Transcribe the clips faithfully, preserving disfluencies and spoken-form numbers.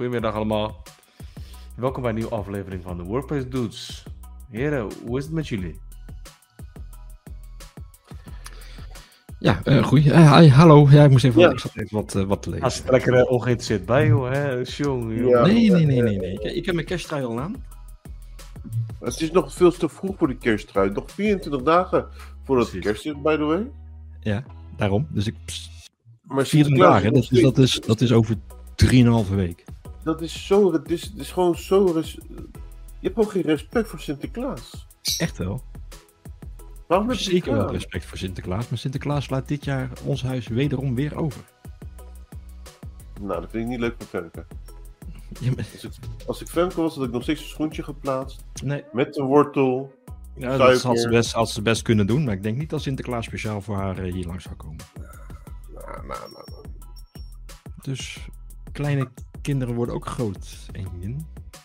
Goedemiddag allemaal. Welkom bij een nieuwe aflevering van de Workplace Dudes. Heren, hoe is het met jullie? Ja, uh, goed. Uh, hi, hallo. Ja, ik moest even, ja. even wat, uh, wat te lezen. Als je er lekker uh, ongeïnteresseerd bij, joh. Hè? Jong, jong. Ja. Nee, nee, nee, nee, nee. Ik, ik heb mijn kersttrui al aan. Het is nog veel te vroeg voor de kersttrui. Nog vierentwintig dagen voordat het kerst is, by the way. Ja, daarom. Dus ik... Maar vierentwintig dagen, dat is, dat, is, dat is over drieënhalve week. Dat is zo... Het is, het is gewoon zo... Res... Je hebt gewoon geen respect voor Sinterklaas. Echt wel. Waarom heb je Zeker wel respect voor Sinterklaas. Maar Sinterklaas laat dit jaar ons huis wederom weer over. Nou, dat vind ik niet leuk voor Femke. Ja, maar... als, ik, als ik Femke was, had ik nog steeds een schoentje geplaatst. Nee. Met een wortel. Ja, dat had ze, best, had ze best kunnen doen. Maar ik denk niet dat Sinterklaas speciaal voor haar uh, hier langs zou komen. Nou, nou, nou, nou. Dus kleine kinderen worden ook groot. En...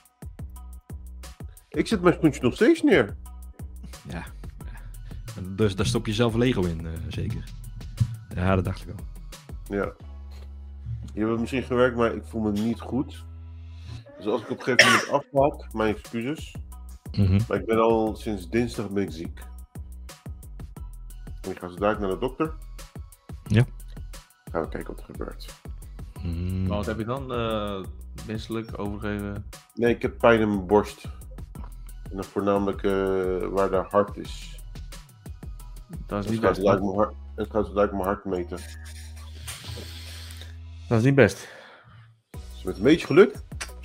Ik zet mijn schoentje nog steeds neer. Ja. Dus daar stop je zelf Lego in, uh, zeker. Ja, dat dacht ik wel. Ja. Je hebt het misschien gewerkt, maar ik voel me niet goed. Dus als ik op een gegeven moment afmaak, mijn excuses. Mm-hmm. Maar ik ben al sinds dinsdag ben ik ziek. En ik ga zo dadelijk naar de dokter. Ja. Gaan we kijken wat er gebeurt. Mm. Maar wat heb je dan? Uh, misselijk, overgeven? Nee, ik heb pijn in mijn borst. En dan voornamelijk uh, waar de hart is. Dat is het niet gaat best. Mijn hart, het gaat zo dadelijk mijn hart meten. Dat is niet best. Dus met een beetje geluk.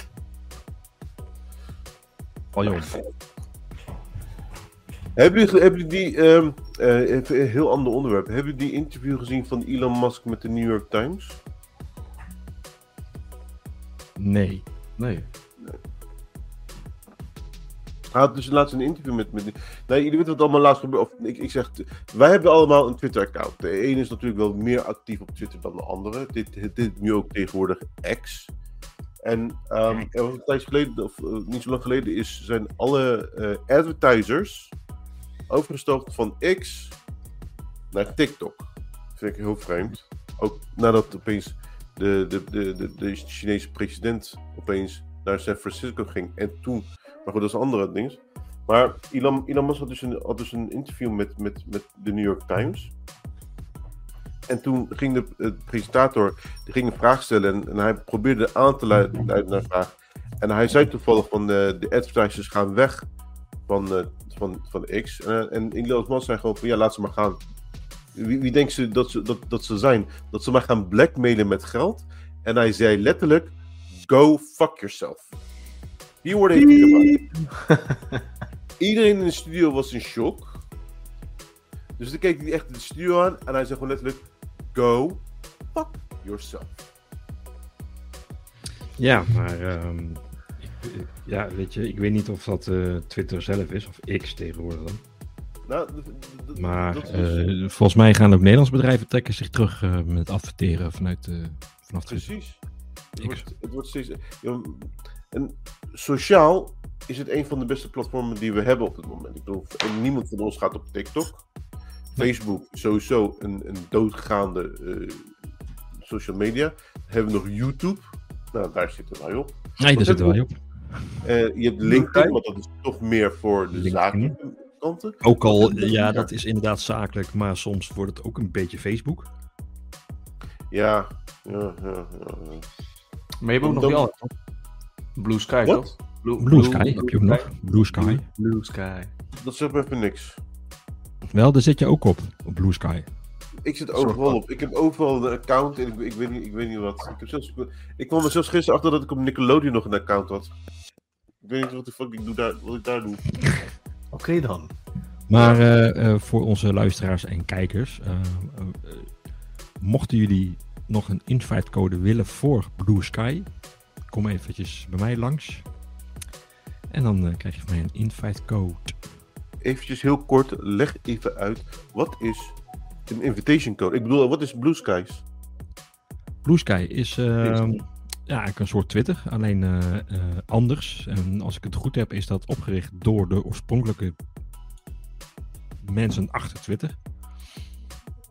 Oh jong. Hebben jullie, hebben jullie die, um, uh, even een heel ander onderwerp. Hebben jullie die interview gezien van Elon Musk met de New York Times? Nee. Nee. Hij had dus laatst een interview met... met nee, jullie weten wat allemaal laatst gebeurt. Of, ik, ik zeg, wij hebben allemaal een Twitter-account. De ene is natuurlijk wel meer actief op Twitter dan de andere. Dit, dit nu ook tegenwoordig X. En um, er was een tijd geleden, of uh, niet zo lang geleden, is, zijn alle uh, advertisers overgestapt van X naar TikTok. Dat vind ik heel vreemd. Ook nadat opeens de, de, de, de, de Chinese president opeens naar San Francisco ging. En toen... Maar goed, dat is een andere ding. Maar Elon, Elon Musk had dus een, had dus een interview met, met, met de New York Times. En toen ging de, de presentator die ging een vraag stellen. En, en hij probeerde aan te leiden naar de vraag. En hij zei toevallig van de, de advertisers gaan weg van, uh, van, van X. En, en Elon Musk zei gewoon van ja, laat ze maar gaan. Wie, wie denkt ze dat, ze dat dat ze zijn? Dat ze maar gaan blackmailen met geld. En hij zei letterlijk, go fuck yourself. Hier wordt even gemaakt. Iedereen in de studio was in shock. Dus dan keek hij echt de studio aan en hij zei gewoon letterlijk: go fuck yourself. Ja, maar um, ik, ja, weet je, ik weet niet of dat uh, Twitter zelf is of X tegenwoordig dan. Nou, d- d- d- maar dat is... uh, volgens mij gaan ook Nederlandse bedrijven trekken zich terug uh, met adverteren vanuit uh, vanaf Twitter. Precies. Het wordt, het wordt steeds. Ja, en sociaal is het een van de beste platformen die we hebben op het moment. Ik bedoel, niemand van ons gaat op TikTok. Facebook is sowieso een, een doodgaande uh, social media. Dan hebben we nog YouTube. Nou, daar zitten wij op. Nee, daar zitten wij op. Uh, je hebt LinkedIn, want dat is toch meer voor de zakelijke kanten. Ook al, ja, dat is inderdaad zakelijk, maar soms wordt het ook een beetje Facebook. Ja, ja, ja. ja. Maar je hebt ook nog die andere. Blue Sky, What? toch? Blue, Blue Sky, Blue, heb je ook nog. Blue Sky. Blue, Blue Sky. Dat zegt me even niks. Wel, daar zit je ook op, op Blue Sky. Ik zit overal op. Ik heb overal een account en ik, ik, weet, niet, ik weet niet wat. Ik, heb zelfs, ik kwam er zelfs gisteren achter dat ik op Nickelodeon nog een account had. Ik weet niet wat de fuck ik, doe daar, wat ik daar doe. Oké okay dan. Maar uh, uh, voor onze luisteraars en kijkers, uh, uh, uh, mochten jullie nog een invite code willen voor Blue Sky, kom eventjes bij mij langs. En dan uh, krijg je van mij een invite code. Eventjes heel kort, leg even uit. Wat is een invitation code? Ik bedoel, wat is Blue Skies? Blue Sky is uh, ja, een soort Twitter, alleen uh, uh, anders. En als ik het goed heb, is dat opgericht door de oorspronkelijke mensen achter Twitter.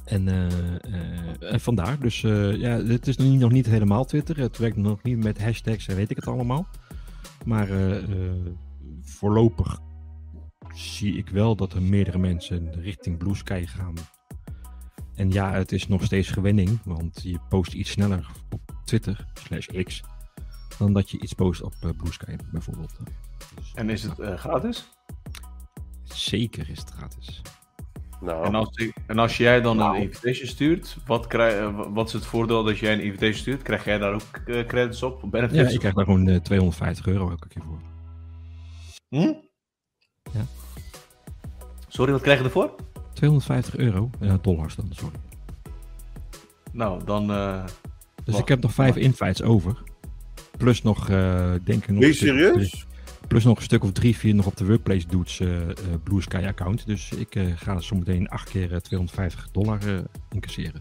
En, uh, uh, en vandaar. Dus uh, ja, het is nog niet, nog niet helemaal Twitter. Het werkt nog niet met hashtags en weet ik het allemaal. Maar uh, uh, voorlopig zie ik wel dat er meerdere mensen richting Blue Sky gaan. En ja, het is nog steeds gewenning. Want je post iets sneller op Twitter, slash X, dan dat je iets post op uh, Blue Sky bijvoorbeeld. Dus, en is het uh, gratis? Zeker is het gratis. Nou. En, als, en als jij dan nou. een invitation stuurt, wat, krijg, wat is het voordeel dat jij een invitation stuurt? Krijg jij daar ook uh, credits op? Benefits ja, ik krijg daar gewoon uh, tweehonderdvijftig euro elke keer voor. Hm? Ja. Sorry, wat krijg je ervoor? tweehonderdvijftig euro. Ja, dollars dan, sorry. Nou, dan... Uh, dus wacht, ik heb nog vijf invites over. Plus nog, uh, denk ik nog... Ben je serieus? Plus nog een stuk of drie, vier nog op de Workplace Dudes uh, uh, Blue Sky account. Dus ik uh, ga zo meteen acht keer uh, tweehonderdvijftig dollar uh, incasseren.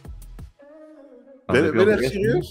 Ben, ben je echt serieus?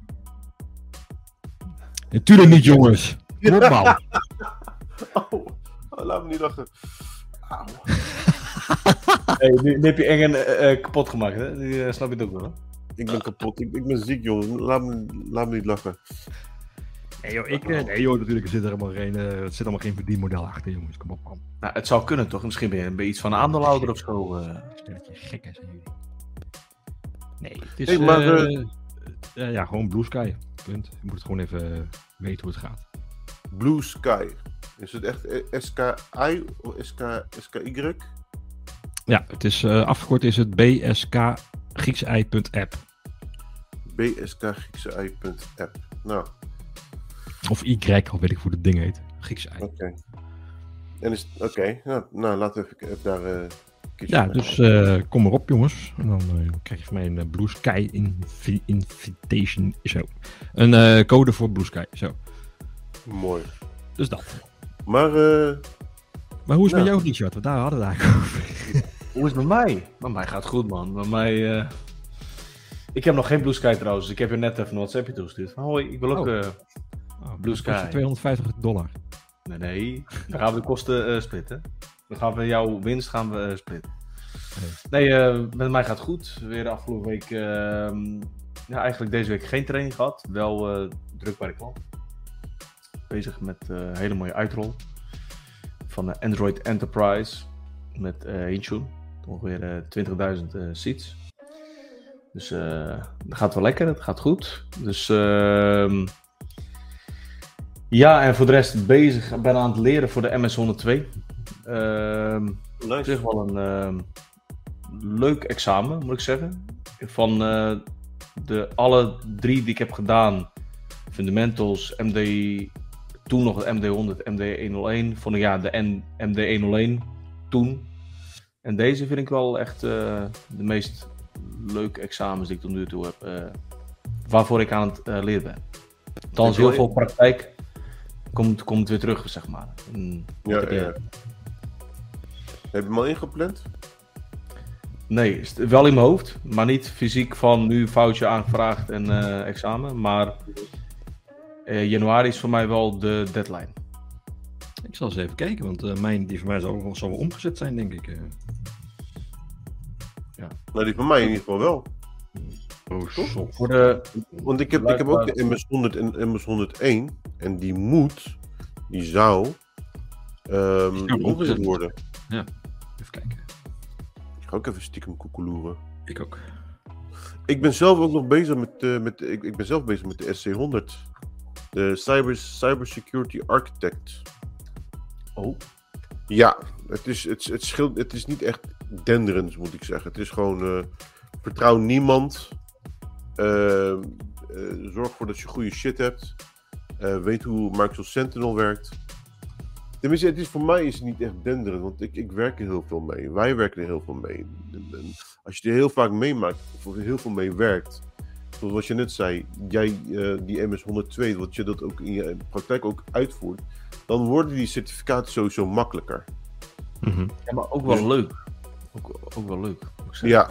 Natuurlijk niet, jongens. Normaal. oh, oh, laat me niet lachen. Auw. Hey, nu, nu heb je Engen uh, uh, kapot gemaakt, hè? Nu uh, snap je het ook wel, hè? Ik ben kapot. Ik, ik ben ziek, jongen. Laat me, laat me niet lachen. Nee joh, ik, nee joh, natuurlijk zit er helemaal geen, uh, er zit allemaal geen verdienmodel achter, jongens. Kom op, man. Nou, het zou kunnen, toch? Misschien ben je, ben je iets van een aandeelhouder of zo. Uh... Stelletje gekken zijn jullie. Nee, het is hey, maar, uh, uh, uh, ja, gewoon Blue Sky. Punt. Je moet het gewoon even weten hoe het gaat. Blue Sky. Is het echt S K I of S K Y? Ja, het is uh, afgekort is het B S K Griekse I punt app. B S K Griekse I punt app. Nou. Of Y, al weet ik hoe het ding heet. Griekse I. Oké. Okay. En is Oké, okay. nou, nou laten we even, even daar... Uh, ja, dus uh, kom erop jongens. En dan uh, krijg je van mij een uh, Blue Sky inv- Invitation. Zo. Een uh, code voor Blue Sky. Zo. Mooi. Dus dat. Maar... Uh, maar hoe is het nou. met jou, Richard? Want daar hadden we het eigenlijk over. Hoe is het met mij? Bij mij gaat het goed, man. Bij mij... Uh... Ik heb nog geen Blue Sky trouwens. Dus ik heb je net even een WhatsAppje toegestuurd. Van, hoi, ik wil ook... Oh. Uh... Oh, Blue Sky. tweehonderdvijftig dollar. Nee, nee. Dan gaan we de kosten uh, splitten. Dan gaan we jouw winst gaan we uh, splitten. Nee, nee uh, met mij gaat het goed. Weer de afgelopen week... Uh, ja, eigenlijk deze week geen training gehad. Wel uh, druk bij de klant. Bezig met een uh, hele mooie uitrol. Van uh, Android Enterprise. Met uh, Intune. Ongeveer uh, twintigduizend uh, seats. Dus uh, dat gaat wel lekker. Het gaat goed. Dus... Uh, Ja, en voor de rest bezig, ben aan het leren voor de M S honderdtwee. Uh, nice. Op zich wel een uh, leuk examen, moet ik zeggen. Van uh, de alle drie die ik heb gedaan, Fundamentals, M D, toen nog het M D honderd, M D honderdéén, vond ik ja de N, M D honderdéén toen. En deze vind ik wel echt uh, de meest leuke examens die ik tot nu toe heb, uh, waarvoor ik aan het uh, leren ben. Althans heel veel praktijk. Komt, komt weer terug, zeg maar. En, ja, ja. ja. Heb je hem al ingepland? Nee, wel in mijn hoofd, maar niet fysiek van nu foutje aangevraagd en uh, examen. Maar uh, januari is voor mij wel de deadline. Ik zal eens even kijken, want uh, mijn die voor mij zal, zal wel omgezet zijn, denk ik. Uh. Ja. Nou, die van mij in ieder geval wel. Oh, toch? Voor de... Want ik heb, ik heb ook de M S honderd en M S honderdéén. En die moet, die zou, um, omgezet worden. Ja, even kijken. Ik ga ook even stiekem koekeloeren. Ik ook. Ik ben zelf ook nog bezig met, uh, met ik, ik ben zelf bezig met de S C honderd. De Cyber, Cybersecurity Architect. Oh. Ja, het is, het, het, scheelt, het is niet echt denderend, moet ik zeggen. Het is gewoon, uh, vertrouw niemand. Uh, uh, zorg ervoor dat je goede shit hebt. Uh, weet hoe Microsoft Sentinel werkt. Tenminste, het is, voor mij is het niet echt denderend, want ik, ik werk er heel veel mee. Wij werken er heel veel mee. En, en als je er heel vaak meemaakt, of er heel veel mee werkt, zoals wat je net zei, jij uh, die M S honderdtwee, wat je dat ook in je praktijk ook uitvoert, dan worden die certificaten sowieso makkelijker. Mm-hmm. Ja, maar ook wel dus... leuk. Ook, ook wel leuk. Ja.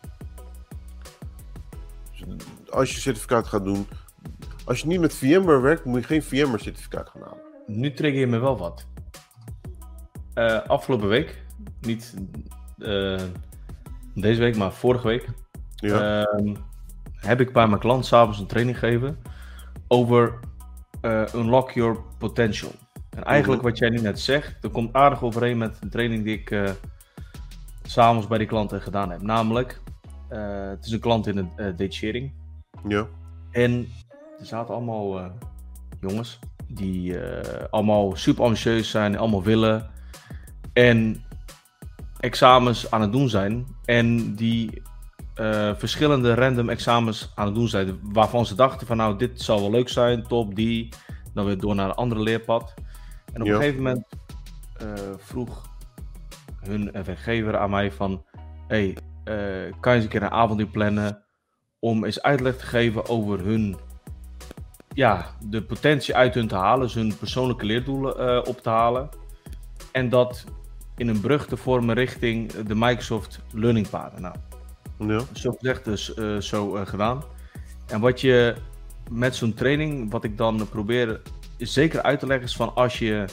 Als je certificaat gaat doen, als je niet met VMware werkt, moet je geen VMware certificaat gaan halen. Nu trigger je me wel wat. Uh, afgelopen week, niet uh, deze week, maar vorige week, Ja. uh, heb ik bij mijn klant s'avonds een training gegeven over uh, Unlock Your Potential. En eigenlijk wat jij nu net zegt, dat komt aardig overeen met de training die ik uh, s'avonds bij die klanten gedaan heb. Namelijk, uh, het is een klant in een uh, detachering. Ja. En er zaten allemaal uh, jongens die uh, allemaal super ambitieus zijn, allemaal willen. En examens aan het doen zijn. En die uh, verschillende random examens aan het doen zijn. Waarvan ze dachten van nou, dit zal wel leuk zijn, top, die. Dan weer door naar een andere leerpad. En op ja. een gegeven moment uh, vroeg hun werkgever aan mij van... Hey, uh, kan je eens een keer een avonduur plannen om eens uitleg te geven over hun... Ja, de potentie uit hun te halen. Dus hun persoonlijke leerdoelen uh, op te halen. En dat in een brug te vormen richting de Microsoft Learning paden. Nou, ja. zo gezegd, dus uh, zo uh, gedaan. En wat je met zo'n training, wat ik dan probeer is zeker uit te leggen, is van als je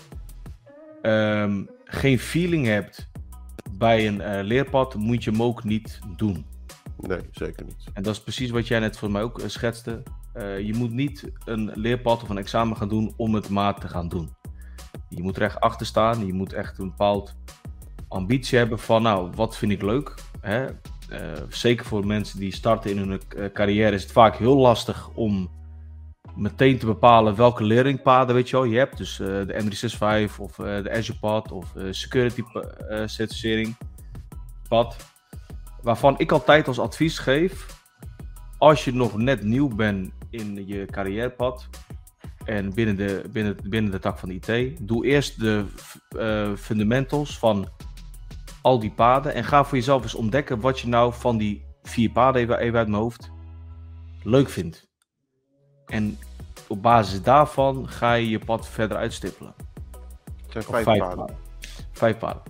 um, geen feeling hebt bij een uh, leerpad, moet je hem ook niet doen. Nee, zeker niet. En dat is precies wat jij net voor mij ook uh, schetste. Uh, je moet niet een leerpad of een examen gaan doen om het maar te gaan doen. Je moet er echt achter staan. Je moet echt een bepaald ambitie hebben van, nou, wat vind ik leuk? Hè? Uh, zeker voor mensen die starten in hun uh, carrière is het vaak heel lastig om meteen te bepalen welke leerlingpaden, weet je wel, je hebt. Dus uh, de M driehonderdvijfenzestig of uh, de Azure pad of uh, security uh, certificering pad. Waarvan ik altijd als advies geef, als je nog net nieuw bent in je carrièrepad en binnen de, binnen, binnen de tak van de I T, doe eerst de uh, fundamentals van al die paden en ga voor jezelf eens ontdekken wat je nou van die vier paden, even, even uit mijn hoofd, leuk vindt. En op basis daarvan ga je je pad verder uitstippelen. Het zijn vijf, vijf paden. paden. Vijf paden.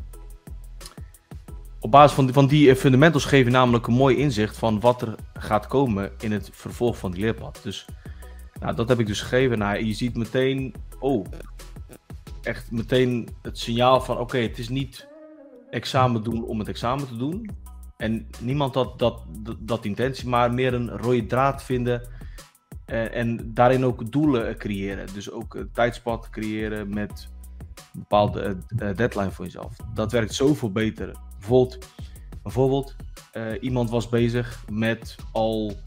Op basis van die, van die fundamentals geef je namelijk een mooi inzicht van wat er gaat komen in het vervolg van die leerpad. Dus nou, dat heb ik dus gegeven. Nou, je ziet meteen, oh, echt meteen het signaal van oké, okay, het is niet examen doen om het examen te doen. En niemand had dat, dat, dat intentie, maar meer een rode draad vinden en, en daarin ook doelen creëren. Dus ook een tijdspad creëren met een bepaalde uh, deadline voor jezelf. Dat werkt zoveel beter. Bijvoorbeeld, bijvoorbeeld uh, iemand was bezig met al uh,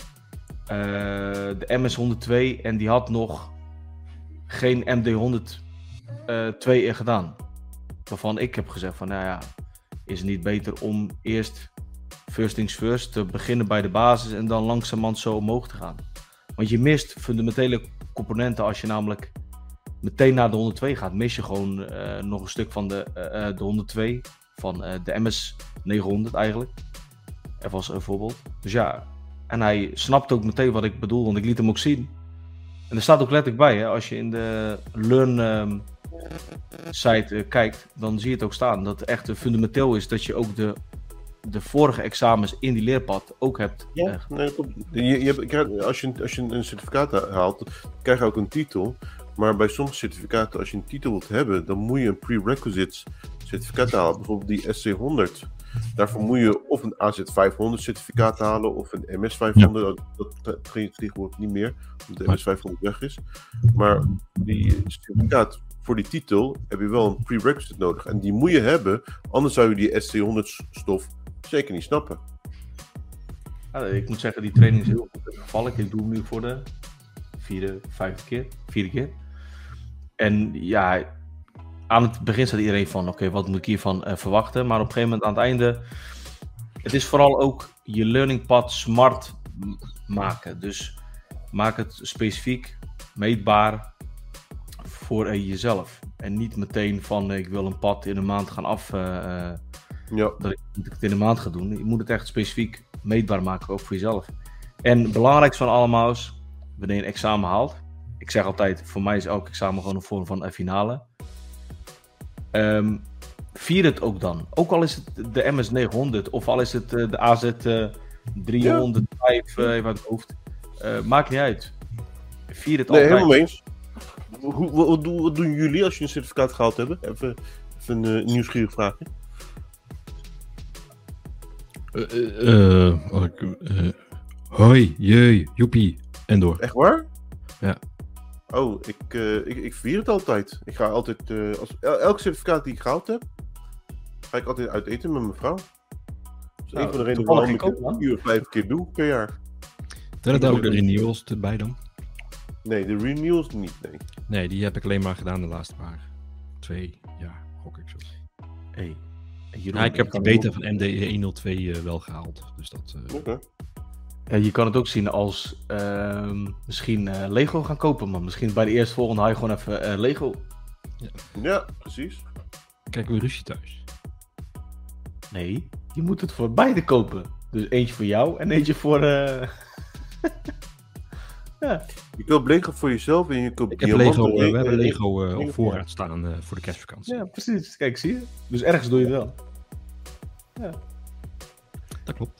de M S honderdtwee en die had nog geen M D honderdtwee in gedaan. Waarvan ik heb gezegd van, nou ja, is het niet beter om eerst first things first te beginnen bij de basis en dan langzamerhand zo omhoog te gaan. Want je mist fundamentele componenten als je namelijk meteen naar de honderdtwee gaat, mis je gewoon uh, nog een stuk van de, uh, de honderdtwee van uh, de M S negenhonderd eigenlijk. Even als een voorbeeld. Dus ja, en hij snapt ook meteen wat ik bedoel, want ik liet hem ook zien. En er staat ook letterlijk bij, hè, als je in de Learn um, site uh, kijkt, dan zie je het ook staan. Dat het echt uh, fundamenteel is dat je ook de, de vorige examens in die leerpad ook hebt. Ja, uh, nee, klopt. Je, je hebt, als, je, als je een certificaat haalt, krijg je ook een titel. Maar bij sommige certificaten, als je een titel wilt hebben, dan moet je een prerequisites certificaat halen. Bijvoorbeeld die S C honderd. Daarvoor moet je of een A Z vijfhonderd certificaat halen of een M S vijfhonderd. Ja. Dat, dat treedt tegenwoordig niet meer, omdat de M S vijfhonderd weg is. Maar die certificaat voor die titel heb je wel een prerequisite nodig. En die moet je hebben, anders zou je die S C honderd stof zeker niet snappen. Ja, ik moet zeggen, die training is heel goed gevallen. Ik doe hem nu voor de vierde, vijfde keer, vierde keer. En ja, aan het begin staat iedereen van, oké, okay, wat moet ik hiervan uh, verwachten? Maar op een gegeven moment aan het einde, het is vooral ook je learning path smart m- maken. Dus maak het specifiek, meetbaar voor uh, jezelf. En niet meteen van, uh, ik wil een pad in een maand gaan af, uh, uh, ja. dat ik het in een maand ga doen. Je moet het echt specifiek meetbaar maken, ook voor jezelf. En het belangrijkste van allemaal is, wanneer je een examen haalt. Ik zeg altijd, voor mij is elk examen gewoon een vorm van een finale. Um, vier het ook dan. Ook al is het de M S negenhonderd of al is het uh, de A Z uh, driehonderdvijf, uh, even uit het hoofd. Uh, maakt niet uit. Vier het nee, altijd. Helemaal eens. Hoe, wat, wat, doen, wat doen jullie als je een certificaat gehaald hebt? Even, even een uh, nieuwsgierig vraagje. Uh, uh, uh, uh, hoi, jee, joepie, en door. Echt waar? Ja. Oh, ik, uh, ik, ik vier het altijd. Ik ga altijd, uh, als, el, elk certificaat die ik gehaald heb, ga ik altijd uit eten met mijn vrouw. Dat is Nou, een van de redenen toevallig waarom ik ik ook, het vier of vijf keer doe per jaar. Tellen daar ook de renewals erbij dan? Nee, de renewals niet, nee. Nee, die heb ik alleen maar gedaan de laatste paar. Twee jaar, gok ik zo. Hey. Jeroen, Ja, ik heb je die kan beta ook- van M D E honderdtwee uh, wel gehaald. Dus dat... Uh... Oké. Ja, je kan het ook zien als ehm, misschien uh, Lego gaan kopen, man. Misschien bij de eerste volgende haal je gewoon even uh, Lego. Ja, precies. Kijken we ruzie thuis. Nee, je moet het voor beide kopen. Dus eentje voor jou en eentje voor... Uh... ja. Je koopt Lego voor jezelf en je koopt Ik heb diamanten. Lego, uh, en- we hebben en- Lego uh, en- op voorraad staan uh, voor de kerstvakantie. ja, precies. Kijk, zie je? Dus ergens doe je het wel. Ja. Dat klopt.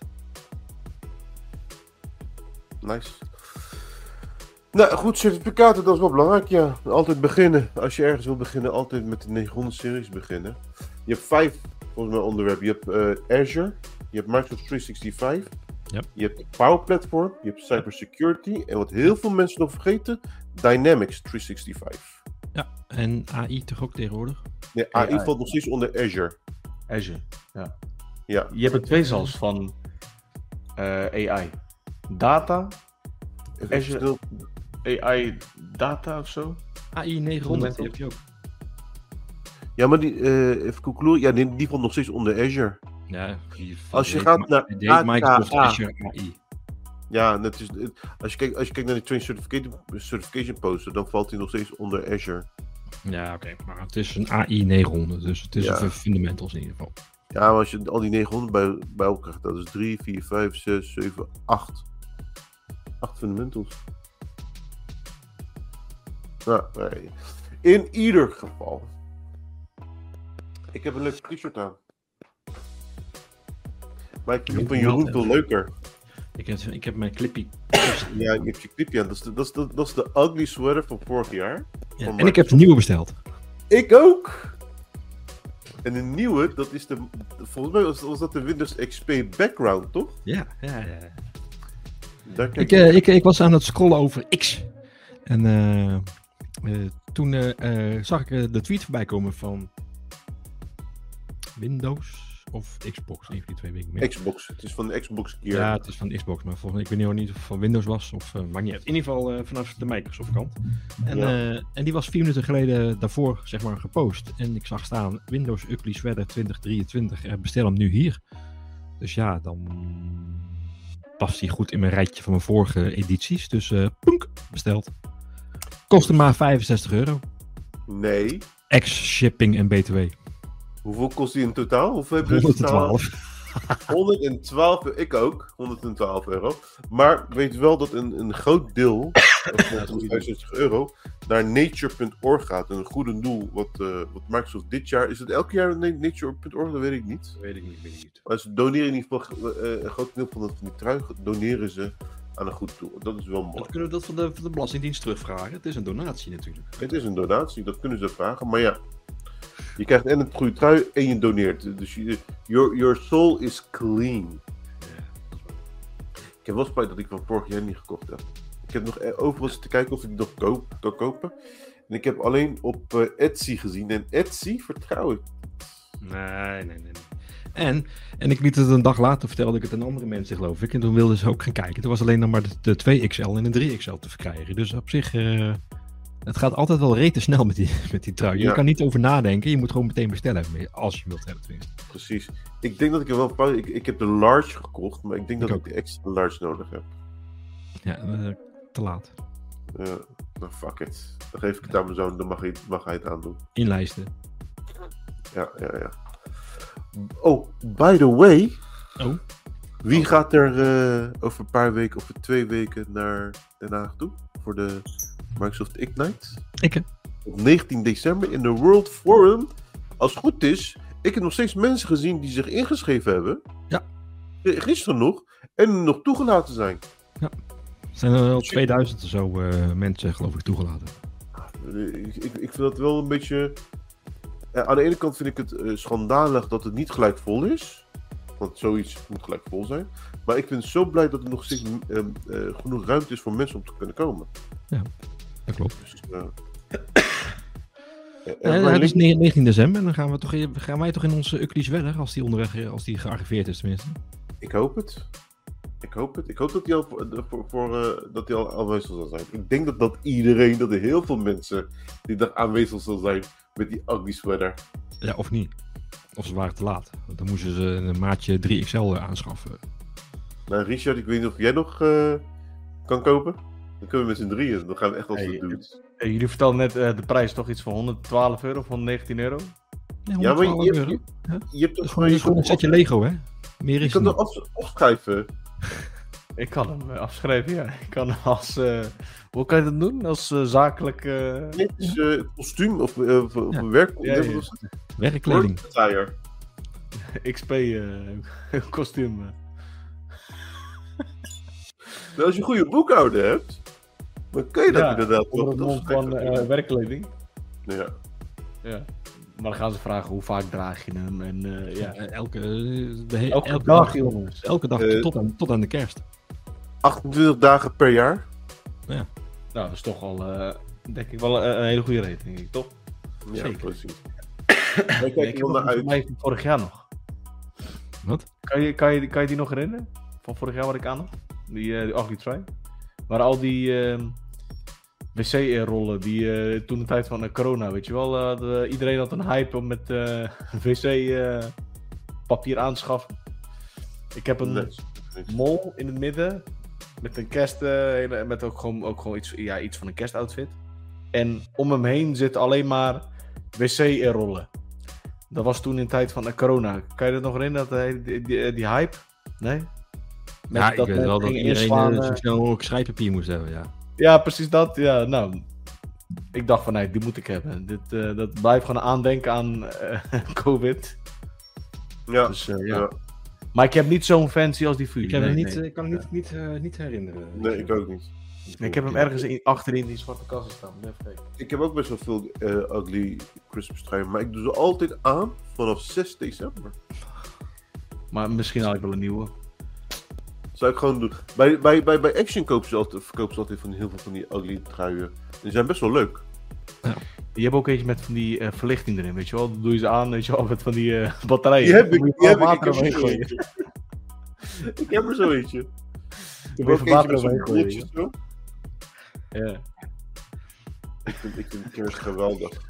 Nice. Nou goed, certificaten, dat is wel belangrijk, ja. Altijd beginnen. Als je ergens wil beginnen, altijd met de negenhonderd-series beginnen. Je hebt vijf, volgens mij, onderwerpen. Je hebt uh, Azure, je hebt Microsoft driehonderdzesenzestig, Yep. je hebt Power Platform, je hebt Cybersecurity en wat heel veel mensen nog vergeten, Dynamics driehonderdzesenzestig. Ja, en A I toch ook tegenwoordig? Nee, A I A I. valt nog steeds onder Azure. Azure, ja. Ja. Je hebt er twee zelfs van uh, A I. Data, Even Azure. snel. A I data of zo. A I negenhonderd Goed, heb je ook. Ja, maar die, uh, even koekloer, ja, die, die valt nog steeds onder Azure. Ja, die, Als je die gaat heet- naar die heet Microsoft A K A. Azure A I. Ja, net is, als, je kijkt, als je kijkt naar de Train Certification, certification poster, dan valt hij nog steeds onder Azure. Ja, oké. Maar het is een A I negenhonderd, dus het is Ja. een fundamentals in ieder geval. Ja, maar als je al die negenhonderd bij, bij elkaar krijgt, dat is drie, vier, vijf, zes, zeven, acht. acht fundamentals. Nou, nee. In ieder geval. Ik heb een leuk t-shirt aan. Maar ik vind die van Jeroen veel leuker. Ik heb, ik heb mijn clippy. Ja, je hebt je clipje aan. Dat is de, dat is de, dat is de ugly sweater van vorig jaar. Ja, Van en ik heb de nieuwe besteld. Ik ook! En de nieuwe, dat is de. Volgens mij was, was dat de Windows X P background, toch? Ja, ja, ja. Daar kijk Ik, uh, ik, ik was aan het scrollen over X. En uh, uh, toen uh, uh, zag ik uh, de tweet voorbij komen van Windows of Xbox. Een van die twee weken meer. Xbox. Het is van de Xbox Gear. Ja, het is van Xbox, maar volgens mij, ik weet niet, niet of het van Windows was of uh, maakt niet uit. In ieder geval uh, vanaf de Microsoft kant. En, Ja. uh, en die was vier minuten geleden daarvoor, zeg maar, gepost. En ik zag staan Windows Ugly Sweater twintig drieëntwintig. Uh, bestel hem nu hier. Dus ja, dan past hij goed in mijn rijtje van mijn vorige edities. Dus uh, poenk, besteld. Kostte maar vijfenzestig euro. Nee. Ex-shipping en B T W. Hoeveel kost die in totaal? Hoeveel heb je in totaal? honderdtwaalf. honderdtwaalf. Ik ook. honderdtwaalf euro. Maar weet wel dat een, een groot deel van vijfenzestig euro naar nature punt org gaat. Een goede doel wat, uh, wat Microsoft dit jaar... Is het elk jaar nature punt org? Dat weet ik niet. Weet ik niet, weet ik niet. Maar ze doneren in ieder geval uh, een groot deel van, dat, van die trui doneren ze aan een goed doel. Dat is wel mooi. Dan kunnen we dat van de, van de Belastingdienst terugvragen. Het is een donatie natuurlijk. Het is een donatie, dat kunnen ze vragen. Maar ja, je krijgt en een goede trui en je doneert. Dus je, your, your soul is clean. Ik heb wel spijt dat ik van vorig jaar niet gekocht heb. Ik heb nog overal zitten kijken of ik die nog koop, kan kopen. En ik heb alleen op uh, Etsy gezien. En Etsy vertrouw ik. Nee, nee, nee. nee. En, en ik liet het een dag later, vertelde ik het aan andere mensen, geloof ik. En toen wilden ze ook gaan kijken. Er was alleen nog maar de, de twee X L en de drie X L te verkrijgen. Dus op zich, uh, het gaat altijd wel rete snel met die, met die trui. Je Ja. kan niet over nadenken. Je moet gewoon meteen bestellen, als je wilt hebben tenminste. Precies. Ik denk dat ik er wel fout... Ik, ik heb de large gekocht, maar ik denk Ik dat ook. ik de extra large nodig heb. Ja, uh, te laat. Uh, nou, fuck it. Dan geef ik het aan mijn zoon, dan mag hij, mag hij het aandoen. Inlijsten. Ja, ja, ja. Oh, by the way. Oh. Wie Oh. gaat er uh, over een paar weken, over twee weken naar Den Haag toe? Voor de Microsoft Ignite? Ik, hè? Op negentien december in de World Forum. Als het goed is, ik heb nog steeds mensen gezien die zich ingeschreven hebben. Ja. Gisteren nog. En nog toegelaten zijn. Er zijn er wel tweeduizend of zo uh, mensen, geloof ik, toegelaten. Ik, ik, ik vind dat wel een beetje... Ja, aan de ene kant vind ik het uh, schandalig dat het niet gelijk vol is. Want zoiets moet gelijk vol zijn. Maar ik ben zo blij dat er nog steeds uh, uh, genoeg ruimte is voor mensen om te kunnen komen. Ja, dat klopt. Dus, uh, Ja, ja, het is negentien december en dan gaan, we toch, gaan wij toch in onze Ucklies wedden als die, onderweg, als die gearriveerd is tenminste. Ik hoop het. Ik hoop het. Ik hoop dat die al, voor, voor, voor, uh, dat die al aanwezig zal zijn. Ik denk dat, dat iedereen, dat er heel veel mensen die dag aanwezig zal zijn met die ugly sweater. Ja, of niet. Of ze waren te laat. Want dan moesten ze een maatje drie X L aanschaffen. Nou, Richard, ik weet niet of jij nog uh, kan kopen. Dan kunnen we met z'n drieën. Dan gaan we echt als Hey, de dudes. Hey, jullie vertelden net uh, de prijs toch iets van honderdtwaalf euro of honderdnegentien euro? Ja, Ja, maar je, euro. je, Huh? je hebt Dat toch is gewoon, dat is gewoon een setje Lego, hè? Meer Je is kan het er niet. af, afschrijven. Ik kan hem uh, afschrijven, ja. Ik kan hem als... Uh, hoe kan je dat doen? Als uh, zakelijk... Uh... Nee, het is uh, kostuum of, uh, of, of Ja. werk. Ja, nee, ja. wat was het? Werkkleding. Work attire. X P uh, kostuum. Uh. Nou, als je een goede boekhouder hebt, dan kun je dat Ja, inderdaad onder het nog mom van afschrijven. uh, werkkleding. Ja. Ja. Maar dan gaan ze vragen hoe vaak draag je hem en uh, ja. Ja, elke, de he- Elke, elke dag, dag, jongens. elke dag Eh, tot, aan, tot aan de kerst. achtentwintig dagen per jaar. Nou, dat is toch al, uh, denk ik wel een, een hele goede rate, denk ik, toch? Ja, Zeker. precies. Daar kijk Nee, ik ik wel heb naar nog uit. mij van vorig jaar nog. Wat? Kan je, kan, je, kan je die nog herinneren? Van vorig jaar wat ik aan had? Die, uh, die ugly try. Maar al die uh, wc-rollen die uh, toen de tijd van uh, corona, weet je wel. Uh, de, iedereen had een hype om met uh, wc-papier uh, aan te schaffen. Ik heb een Nee, mol in het midden. Met een kerst, uh, met ook gewoon, ook gewoon iets, ja, iets van een kerstoutfit. En om hem heen zitten alleen maar wc-rollen. Dat was toen in de tijd van uh, corona. Kan je dat nog herinneren, dat, uh, die, die, die hype? Nee? Met Ja, ik weet mensen wel dat gingen iedereen inslaan, uh, uh, zo snel mogelijk schrijfpapier moest hebben, ja. Ja, precies dat. Ja, nou. Ik dacht van, nee, die moet ik hebben. Dit, uh, dat blijft gewoon aandenken aan uh, COVID. Ja. Dus, uh, ja. Ja. Maar ik heb niet zo'n fancy als die vuur. Ik, heb nee, hem niet, nee. uh, ik kan hem niet, niet, uh, niet herinneren. Nee, ik ook niet. Nee, ik heb hem ergens in, achterin die zwarte kast staan. Even kijken. Ik heb ook best wel veel uh, ugly Christmas truien, maar ik doe ze altijd aan vanaf zes december. Maar misschien had ik wel een nieuwe. Zou ik gewoon doen. Bij, bij, bij, bij Action kopen ze altijd, verkopen ze altijd van heel veel van die ugly truien. Die zijn best wel leuk. Je hebt ook eentje met van die uh, verlichting erin, weet je wel. Dan doe je ze aan, weet je wel, met van die uh, batterijen. Die heb Dan ik, moet je die heb gewoon ik. Ik water heb, omheen er zo gooien. eentje. Ik heb er zo eentje. Ik heb moet ook je eentje water met zo'n omheen gooien, bolletje zo. Ja. Ik vind, ik vind kerst geweldig.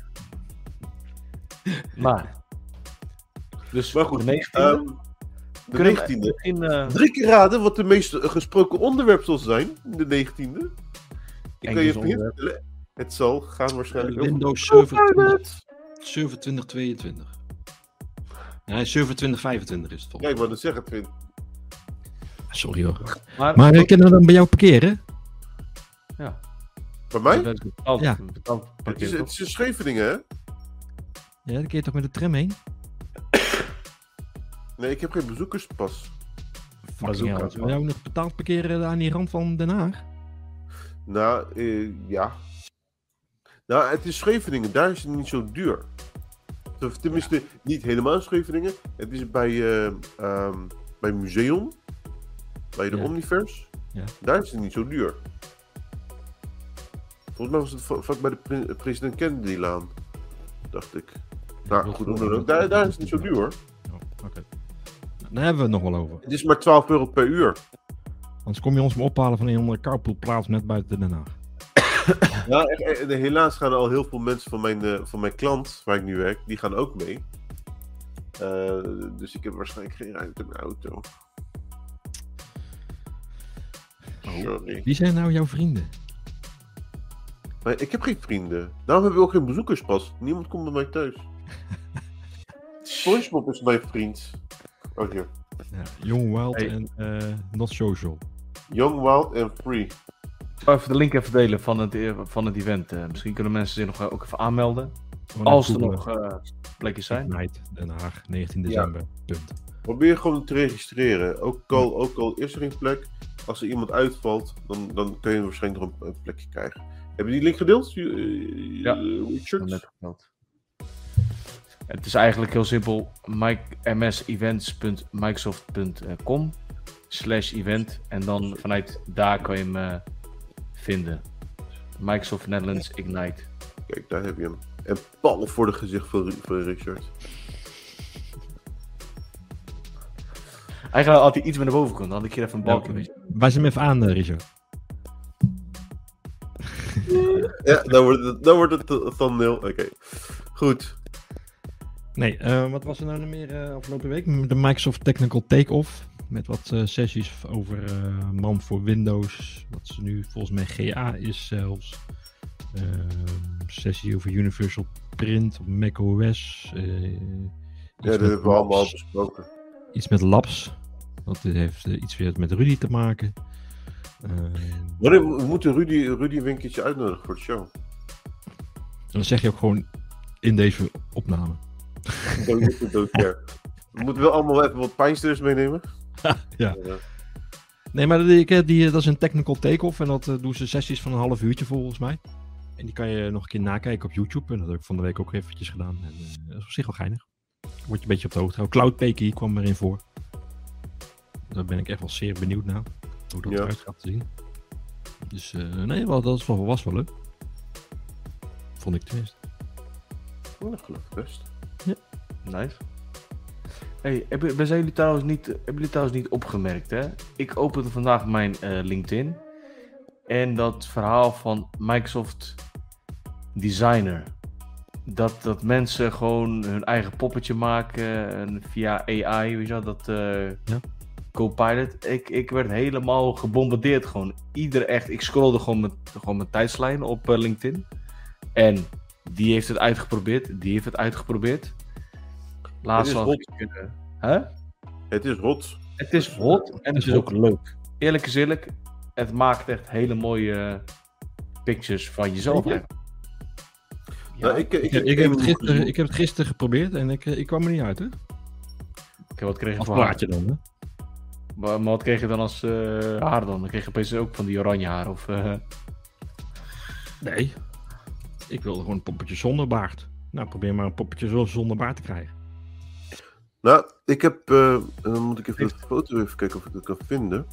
Maar. Dus Maar goed, de negentiende. Um, de Kunnen we negentiende. In, uh, Drie keer raden wat de meest gesproken onderwerp zal zijn. De negentiende. Ik kan je Engels even niet onderwerp. vertellen. Het zal gaan waarschijnlijk over Windows zeven Copilot. twintig tweeëntwintig. Nee, zeven twintig vijfentwintig is het Ja, volgens ik wou net zeggen, Twin. Sorry hoor. maar, Maar uh, kunnen we dan bij jou parkeren? ja. Bij mij? Dat is betaald, Ja. betaald Het parkeer, is, het toch? is in Scheveningen, hè? Ja, dan kun je toch met de tram heen? Nee, ik heb geen bezoekerspas. Fucking Bazooka, hell. man. Wil jou nog betaald parkeren aan die rand van Den Haag? Nou, eh, ja. Nou, het is Scheveningen. Daar is het niet zo duur. Of tenminste, niet helemaal in Scheveningen. Het is bij, eh ehm, bij Museum. Bij de Ja. Omniverse. Ja. Daar is het niet zo duur. Volgens mij was het va- vlak bij de pre- president Kennedy-laan. Dacht ik. Nou, goed, hoe dan ook. Daar, daar is het niet zo duur, hoor. Oh, oké. Daar hebben we het nog wel over. Het is maar twaalf euro per uur. Anders kom je ons maar ophalen van een andere carpoolplaats net buiten Den Haag. Ja, echt, echt, helaas gaan er al heel veel mensen van mijn, eh, van mijn klant, waar ik nu werk, die gaan ook mee. Eh, dus ik heb waarschijnlijk geen ruimte in mijn auto. Sorry. Wie zijn nou jouw vrienden? Maar ik heb geen vrienden. Daarom heb ik ook geen bezoekerspas. Niemand komt bij mij thuis. SpongeBob is mijn vriend. Oh, hier. Ja, Young Wild Hey. en uh, Not Social. Young, Wild en Free. Ik zal even de link even delen van het, eh, van het event. Uh, misschien kunnen mensen zich nog uh, ook even aanmelden. Gewoon Als er even nog googlen. uh, plekjes zijn. Ignite, Den Haag, negentien december. Punt. Probeer gewoon te registreren. Ook al, ook al is er geen plek. Als er iemand uitvalt, dan, dan kun je waarschijnlijk nog een, een plekje krijgen. Heb je die link gedeeld? Uh, Ja. uh, Richard? Net gemeld. Het is eigenlijk heel simpel. m s events punt microsoft punt com slash event. En dan vanuit daar kan je hem uh, vinden. Microsoft Netherlands Ignite. Kijk, daar heb je hem. En pal voor de gezicht van, van Richard. Eigenlijk had hij iets meer naar boven kon. Dan had ik hier even een balkje. Ja, wijs hem even aan, uh, Richard. Ja, dan wordt het, dan wordt het een thumbnail. Oké, okay. Goed. Nee, uh, wat was er nou nog meer uh, afgelopen week? De Microsoft Technical Take-Off. Met wat uh, sessies over uh, M A M voor Windows. Wat ze nu volgens mij G A is zelfs. Uh, sessie over Universal Print op macOS. Uh, ja, dat hebben we allemaal al besproken. Iets met Labs. Dat heeft uh, iets weer met Rudy te maken. Uh, Wanneer, we moeten Rudy, Rudy een keertje uitnodigen voor de show. Dan zeg je ook gewoon in deze opname. Don't, don't care. We moeten wel allemaal even wat pijnstillers meenemen. Ja. Ja. Nee, maar die, die, dat is een technical take-off. En dat uh, doen ze sessies van een half uurtje volgens mij. En die kan je nog een keer nakijken op YouTube. En dat heb ik van de week ook eventjes gedaan. En, uh, dat is op zich wel geinig. Word je een beetje op de hoogte houden. CloudPeki kwam erin voor. Daar ben ik echt wel zeer benieuwd naar. Hoe dat ja. eruit gaat te zien. Dus uh, nee, wel, dat was wel, was wel leuk. Vond ik tenminste. Oh, dat geloof ik best. Ja. Nice. Hey, hebben, hebben, jullie trouwens niet, hebben jullie trouwens niet opgemerkt, hè? Ik opende vandaag mijn uh, LinkedIn. En dat verhaal van Microsoft Designer. Dat, dat mensen gewoon hun eigen poppetje maken en via A I, weet je wel, dat uh, ja. Copilot. Ik, ik werd helemaal gebombardeerd gewoon. Ieder echt, ik scrollde gewoon mijn, gewoon mijn tijdslijn op uh, LinkedIn. En die heeft het uitgeprobeerd, die heeft het uitgeprobeerd. Laatst het is hot. Ik, uh, hè? Het is hot. Het is hot en het is ook leuk. Eerlijk is eerlijk, het maakt echt hele mooie pictures van jezelf. Ja. Ja, nou, ik, ik, ik, ik, ik, heb het gisteren, ik heb het gisteren geprobeerd en ik, ik kwam er niet uit, hè? Okay, wat kreeg je als voor plaatje haar? dan, hè? Maar, maar wat kreeg je dan als uh, haar dan? Dan kreeg je opeens ook van die oranje haar, of... Uh... Nee. Ik wilde gewoon een poppetje zonder baard. Nou, probeer maar een poppetje zonder baard te krijgen. Nou, ik heb... Uh, dan moet ik even de foto even kijken of ik het kan vinden.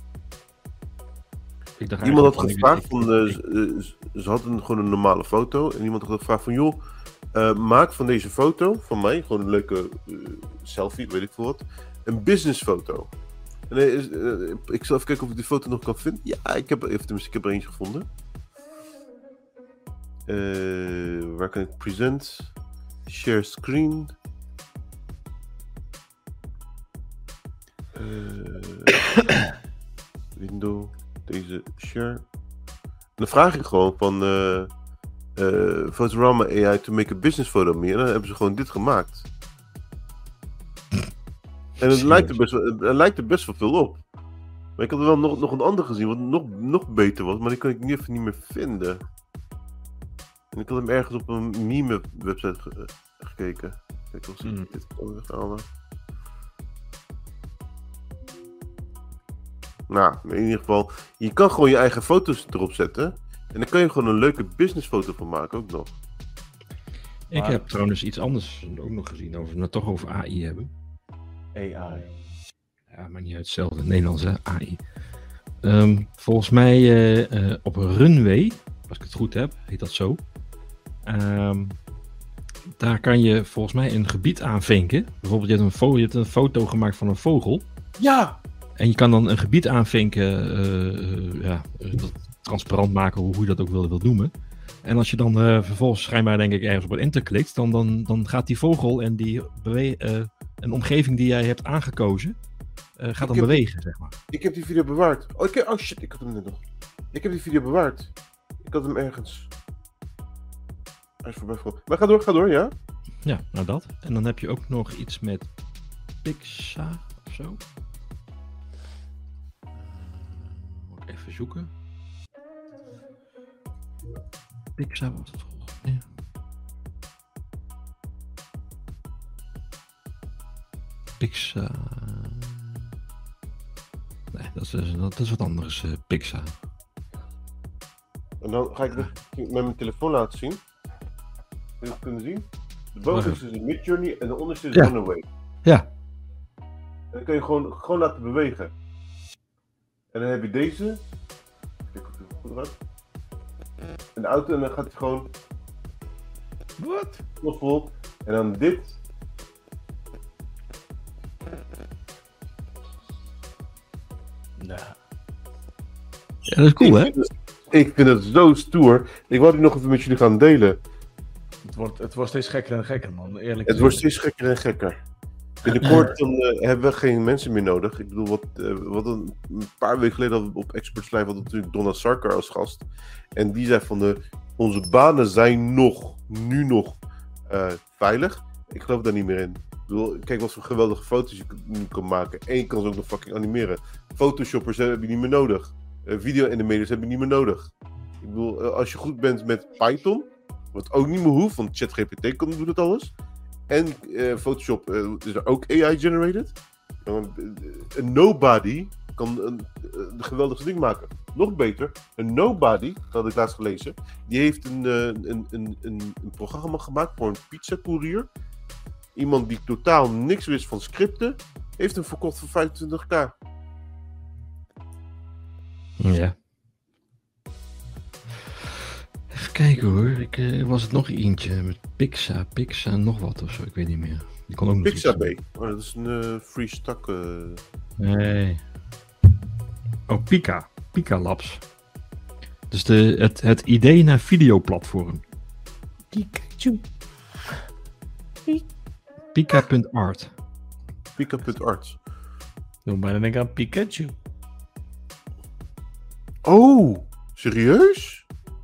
Ik iemand had gevraagd van... van uh, ze, ze hadden gewoon een normale foto. En iemand had gevraagd van... Joh, uh, maak van deze foto van mij... Gewoon een leuke uh, selfie, weet ik veel wat. Een businessfoto. En uh, uh, ik zal even kijken of ik die foto nog kan vinden. Ja, ik heb, even, tenminste, ik heb er eentje gevonden. Uh, waar kan ik present? Share screen. Uh, window. Deze share. En dan vraag ik gewoon van uh, uh, Fotorama A I to make a business photo me. En dan hebben ze gewoon dit gemaakt. En het lijkt er, best wel, het lijkt er best wel veel op. Maar ik had er wel nog, nog een ander gezien wat nog, nog beter was. Maar die kan ik niet even niet meer vinden. En ik had hem ergens op een meme website ge- gekeken. Kijk of ik mm. dit kan weghalen. Nou, in ieder geval, je kan gewoon je eigen foto's erop zetten. En dan kan je gewoon een leuke businessfoto van maken ook nog. Ik maar... heb trouwens iets anders ook nog gezien, over we het toch over A I hebben. A I. Ja, maar niet uit hetzelfde Nederlands, hè, A I. Um, volgens mij uh, uh, op Runway, als ik het goed heb, heet dat zo. Um, daar kan je volgens mij een gebied aanvinken. Bijvoorbeeld, je hebt een, fo- je hebt een foto gemaakt van een vogel. Ja! En je kan dan een gebied aanvinken, uh, uh, ja, uh, dat transparant maken, hoe je dat ook wil, wil noemen. En als je dan uh, vervolgens schijnbaar denk ik ergens op een enter klikt, dan, dan, dan gaat die vogel en die bewe- uh, een omgeving die jij hebt aangekozen, uh, gaat ik dan heb, bewegen, zeg maar. Ik heb die video bewaard. Oh, ik, oh shit, ik had hem net nog. Ik heb die video bewaard. Ik had hem ergens. Hij is voorbij gekomen. Maar ga door, ga door, ja? Ja, nou dat. En dan heb je ook nog iets met Pixar of zo. Uh, moet ik even zoeken. Pixar was het volgens mij. Pixar. Nee, dat is, dat is wat anders, uh, Pixar. En dan ga ik dit met mijn telefoon laten zien. Wil je het kunnen zien? De bovenste is een Midjourney en de onderste is Ja. Runaway. Ja. En dan kun je gewoon, gewoon laten bewegen. En dan heb je deze. Kijk of het goed gaat. En de auto en dan gaat hij gewoon Wat? vol. En dan dit. Nou, Ja, dat is cool, hè? Ik vind, het, ik vind het zo stoer. Ik wou die nog even met jullie gaan delen. het, wordt, het wordt steeds gekker en gekker, man. Eerlijk Het wordt steeds gekker en gekker. Binnenkort dan, uh, hebben we geen mensen meer nodig. Ik bedoel, wat, uh, wat een, een paar weken geleden hadden we op Experts Live hadden we natuurlijk Donna Sarkar als gast. En die zei van, de, onze banen zijn nog, nu nog, uh, veilig. Ik geloof daar niet meer in. Ik bedoel, kijk wat voor geweldige foto's je nu kan maken. En je kan ze ook nog fucking animeren. Photoshoppers heb je niet meer nodig. Uh, video-animators heb je niet meer nodig. Ik bedoel, uh, als je goed bent met Python, wat ook niet meer hoeft, want ChatGPT kan doen het alles. En uh, Photoshop uh, is er ook A I-generated. Een nobody kan een, een geweldig ding maken. Nog beter, een nobody, dat had ik laatst gelezen, die heeft een, uh, een, een, een, een programma gemaakt voor een pizzacourier. Iemand die totaal niks wist van scripten, heeft hem verkocht voor vijfentwintig k. Ja. Even kijken hoor. Ik, uh, was het nog eentje met Pixa, Pixa, nog wat of zo. Ik weet niet meer. Die kon ook nog Pixabay. iets. Oh, dat is een uh, free stack. Uh... Nee. Oh, Pika. Pika Labs. Dus de, het, het idee naar videoplatform. Pikachu. Pika.art. Pika.art. Doe bijna denken aan Pikachu. Oh, serieus?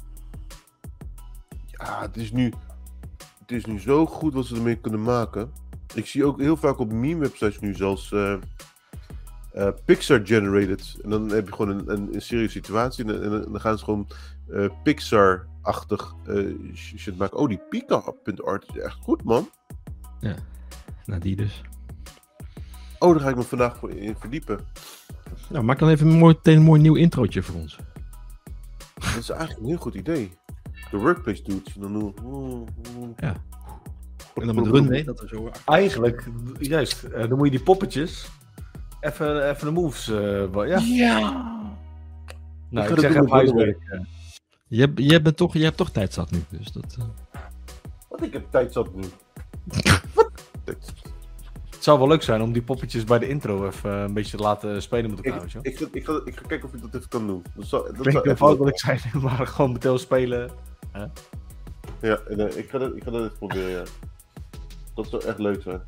Ja, het is nu, het is nu zo goed wat ze ermee kunnen maken. Ik zie ook heel vaak op meme-websites nu zelfs uh, uh, Pixar-generated. En dan heb je gewoon een, een, een serieuze situatie en, en, en dan gaan ze gewoon uh, Pixar-achtig uh, shit maken. Oh, die Pika.art is echt goed, man. Ja, nou die dus. Oh, daar ga ik me vandaag voor in verdiepen. Nou, maak dan even een mooi, meteen een mooi nieuw introotje voor ons. Dat is eigenlijk een heel goed idee. De workplace dudes. Dan doen we... Ja. En dan met runway, dat we zo... Eigenlijk, juist, uh, dan moet je die poppetjes even, even de moves. Uh, ja. ja. Nou, ik, ik zeg even huiswerk. Uh. Je, je, bent toch, je hebt toch tijd zat nu, dus dat... Uh... Wat, ik heb tijd zat nu. Wat? Het zou wel leuk zijn om die poppetjes bij de intro even een beetje te laten spelen met elkaar. Ik, zo. ik, ik, ga, ik ga kijken of ik dat even kan doen. Dat zou, dat Klinkt heel fout wat ik zei, maar gewoon meteen spelen. Huh? Ja, en, uh, ik, ga dat, ik ga dat even proberen, ja. Dat zou echt leuk zijn.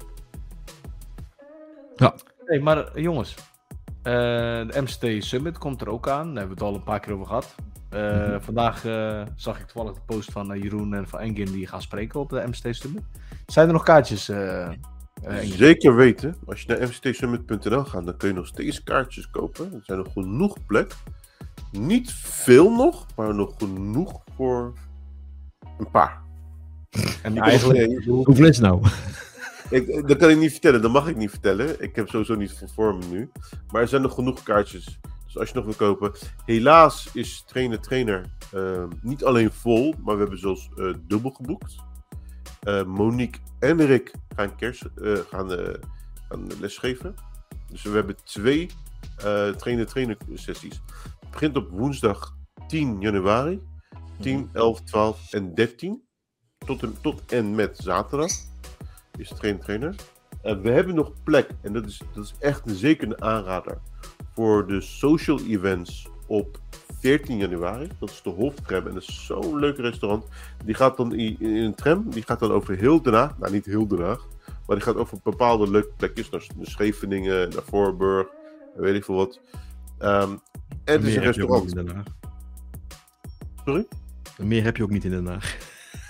Ja. Nee, maar uh, jongens. Uh, de M C T Summit komt er ook aan. Daar hebben we het al een paar keer over gehad. Uh, mm-hmm. Vandaag uh, zag ik toevallig de post van uh, Jeroen en van Engin die gaan spreken op de M C T Summit. Zijn er nog kaartjes? Uh, uh, Zeker weten. Als je naar m c t summit punt n l gaat, dan kun je nog steeds kaartjes kopen. Er zijn nog genoeg plek. Niet veel nog, maar nog genoeg voor een paar. En eigenlijk... Hoeveel is het nou? Ik, dat kan ik niet vertellen, dat mag ik niet vertellen. Ik heb sowieso niet van vorm nu. Maar er zijn nog genoeg kaartjes. Dus als je nog wil kopen. Helaas is trainer trainer uh, niet alleen vol, maar we hebben zelfs uh, dubbel geboekt. Uh, Monique en Rick gaan, kers, uh, gaan, uh, gaan lesgeven. Dus we hebben twee uh, trainer trainer sessies. Het begint op woensdag tien januari. tien, elf, twaalf en dertien. Tot en, tot en met zaterdag. Is trainer trainer. Uh, we hebben nog plek. En dat is, dat is echt een, zeker een aanrader. Voor de social events op veertien januari. Dat is de Hoftram. En dat is zo'n leuk restaurant. Die gaat dan in, in een tram. Die gaat dan over heel Den Haag. Nou, niet heel Den Haag. Maar die gaat over bepaalde leuke plekjes. Naar Scheveningen, naar Voorburg. Weet ik veel wat. Um, en het is een restaurant. Sorry? Meer heb je ook niet in Den Haag.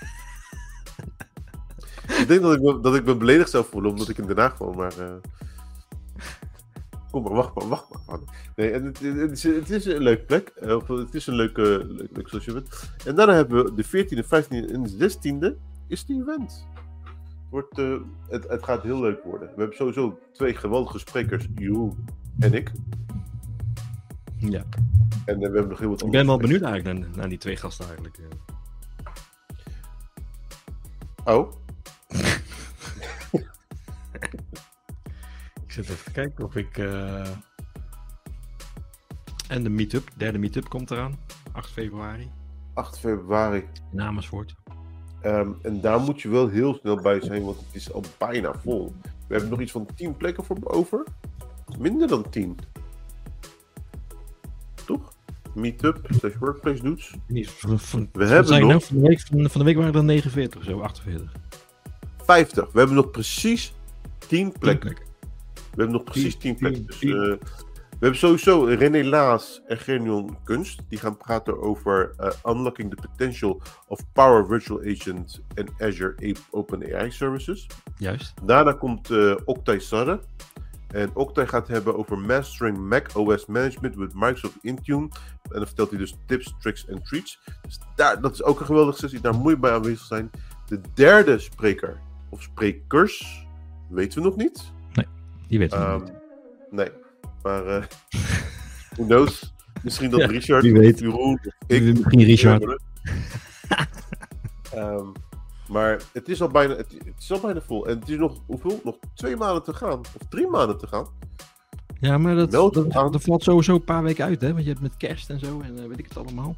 Ik denk dat ik, me, dat ik me beledigd zou voelen omdat ik in Den Haag woon, maar... Uh... Kom maar, wacht maar, wacht maar. Nee, het, het, is, het is een leuke plek. Of het is een leuke, leuke, leuke social event. En daarna hebben we de veertiende, vijftiende en zestiende is de event. Het, wordt, uh, het, het gaat heel leuk worden. We hebben sowieso twee geweldige sprekers, Jeroen en ik. Ja. En uh, we hebben nog heel wat Ik ben wel benieuwd eigenlijk naar, naar die twee gasten eigenlijk. Oh? zit even te kijken of ik... Uh... En de meetup, derde meetup komt eraan. acht februari. acht februari. In Amersfoort. Um, en daar moet je wel heel snel bij zijn, want het is al bijna vol. We hebben nog iets van tien plekken voor over. Minder dan tien. Toch? Meetup, slash workplace dudes. Van, van, we hebben zijn nog... Nou, van, de week, van, van de week waren er negenenveertig of zo, achtenveertig. vijftig. We hebben nog precies tien plekken. plekken. We hebben nog precies tien plekken. Dus, uh, we hebben sowieso René Laas en Gernion Kunst. Die gaan praten over uh, unlocking the potential of Power Virtual Agent en Azure Open A I Services. Juist. Daarna komt uh, Oktay Sarre. En Oktay gaat hebben over Mastering Mac O S Management with Microsoft Intune. En dan vertelt hij dus tips, tricks en treats. Dus daar, dat is ook een geweldige sessie. Daar moet je bij aanwezig zijn. De derde spreker, of sprekers, weten we nog niet. Nee, die weten we um, nog niet. Nee, maar uh, who knows? Misschien dat Ja, Richard, wie weet. Jeroen, ik. Misschien Richard. um, maar het is, al bijna, het, het is al bijna vol. En het is nog, hoeveel? Nog twee maanden te gaan. Of drie maanden te gaan. Ja, maar dat, Meld dat, aan. dat valt sowieso een paar weken uit, hè? Want je hebt met kerst en zo en uh, weet ik het allemaal.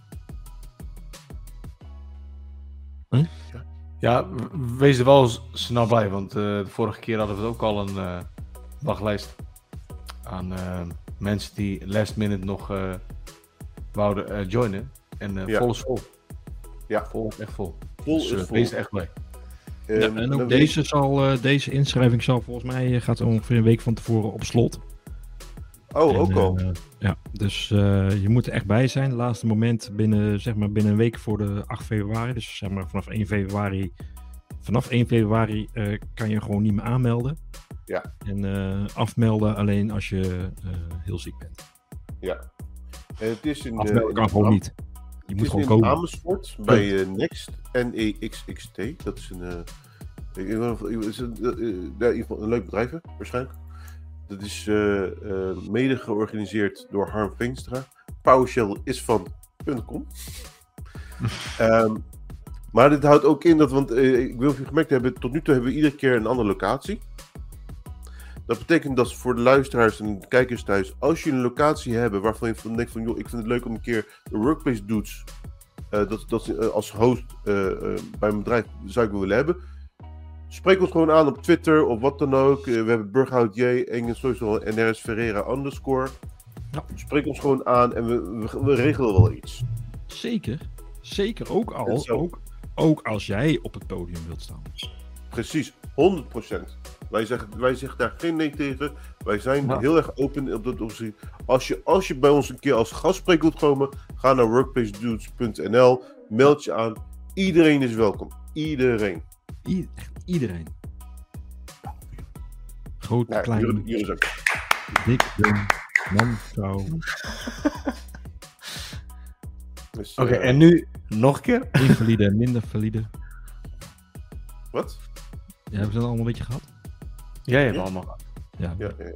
Huh? Ja, wees er wel snel bij, want uh, de vorige keer hadden we ook al een uh, wachtlijst aan uh, mensen die last minute nog uh, wouden uh, joinen. En uh, Ja. vol is vol. Ja. Vol is echt vol. Vol Dus is uh, vol. wees er echt bij. Um, Ja, en ook dan deze, zal, uh, deze inschrijving zal volgens mij uh, gaat ongeveer een week van tevoren op slot. weet- Oh, En, ook al. uh, ja, dus uh, je moet er echt bij zijn. Laatste moment binnen, zeg maar, binnen een week voor de acht februari. Dus zeg maar vanaf één februari. Vanaf één februari uh, kan je gewoon niet meer aanmelden. Ja. En uh, afmelden alleen als je uh, heel ziek bent. Ja. En het is in, uh, Afmelden in kan gewoon Am- niet. Je Het moet is gewoon in komen. Amersfoort bij uh, Next N E X X T. Dat is een, uh, ik, ik, ik, is een, uh, uh, ja, in ieder geval een leuk bedrijf, hè, waarschijnlijk. Dat is uh, uh, mede georganiseerd door Harm Veenstra. PowerShell is van .com. um, maar dit houdt ook in dat, want uh, ik wil of je gemerkt hebben, tot nu toe hebben we iedere keer een andere locatie. Dat betekent dat voor de luisteraars en de kijkers thuis, als je een locatie hebt waarvan je van denkt van, joh, ik vind het leuk om een keer de Workplace Dudes uh, dat, dat, uh, als host uh, uh, bij mijn bedrijf zou ik wel willen hebben. Spreek ons gewoon aan op Twitter of wat dan ook. Uh, we hebben Burghout J en sowieso N R S Ferreira underscore. Ja. Spreek ons gewoon aan en we, we, we regelen wel iets. Zeker. Zeker. Ook, En al, zo. ook, ook als jij op het podium wilt staan. Precies, honderd procent. Wij zeggen, wij zeggen daar geen nee tegen. Wij zijn Ja. heel erg open op dat opzicht. Als je, als je bij ons een keer als gastspreker wilt komen, ga naar workplace dudes punt n l. Meld je aan. Iedereen is welkom. Iedereen. I- echt iedereen. Groot, Ja, klein, hier, hier is ook. dik, dun, man, vrouw. Dus, Oké, uh, en nu nog een keer. Invalide, minder valide. Wat? Ja, hebben ze dat allemaal een beetje gehad? Jij hebt Ja. allemaal gehad. Ja. Ja, ja,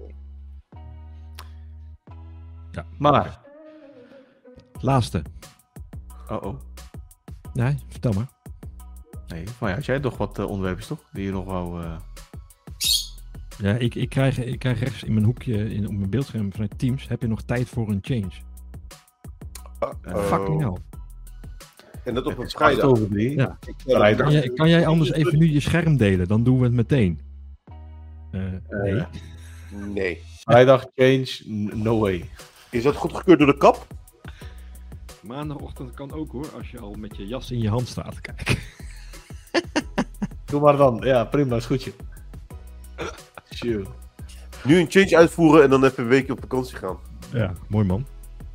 ja. Maar, Laatste. oh oh. Nee, vertel maar. Nee, maar ja, had jij toch wat uh, onderwerpen toch? Die je nog wou... Uh... Ja, ik, ik, krijg, ik krijg rechts in mijn hoekje in, op mijn beeldscherm vanuit Teams. Heb je nog tijd voor een change? Uh-oh. Fucking hell. En dat op Het een is vrijdag. acht over drie. Ja. Vrijdag. Kan jij, kan jij anders even nu je scherm delen? Dan doen we het meteen. Uh, nee. Uh, Nee. Vrijdag, change, n- no way. Is dat goedgekeurd door de kap? Maandagochtend kan ook hoor, als je al met je jas in je hand staat. Kijk. Doe maar dan. Ja, prima, is goed. Sure. Nu een change uitvoeren en dan even een weekje op vakantie gaan. Ja, mooi man.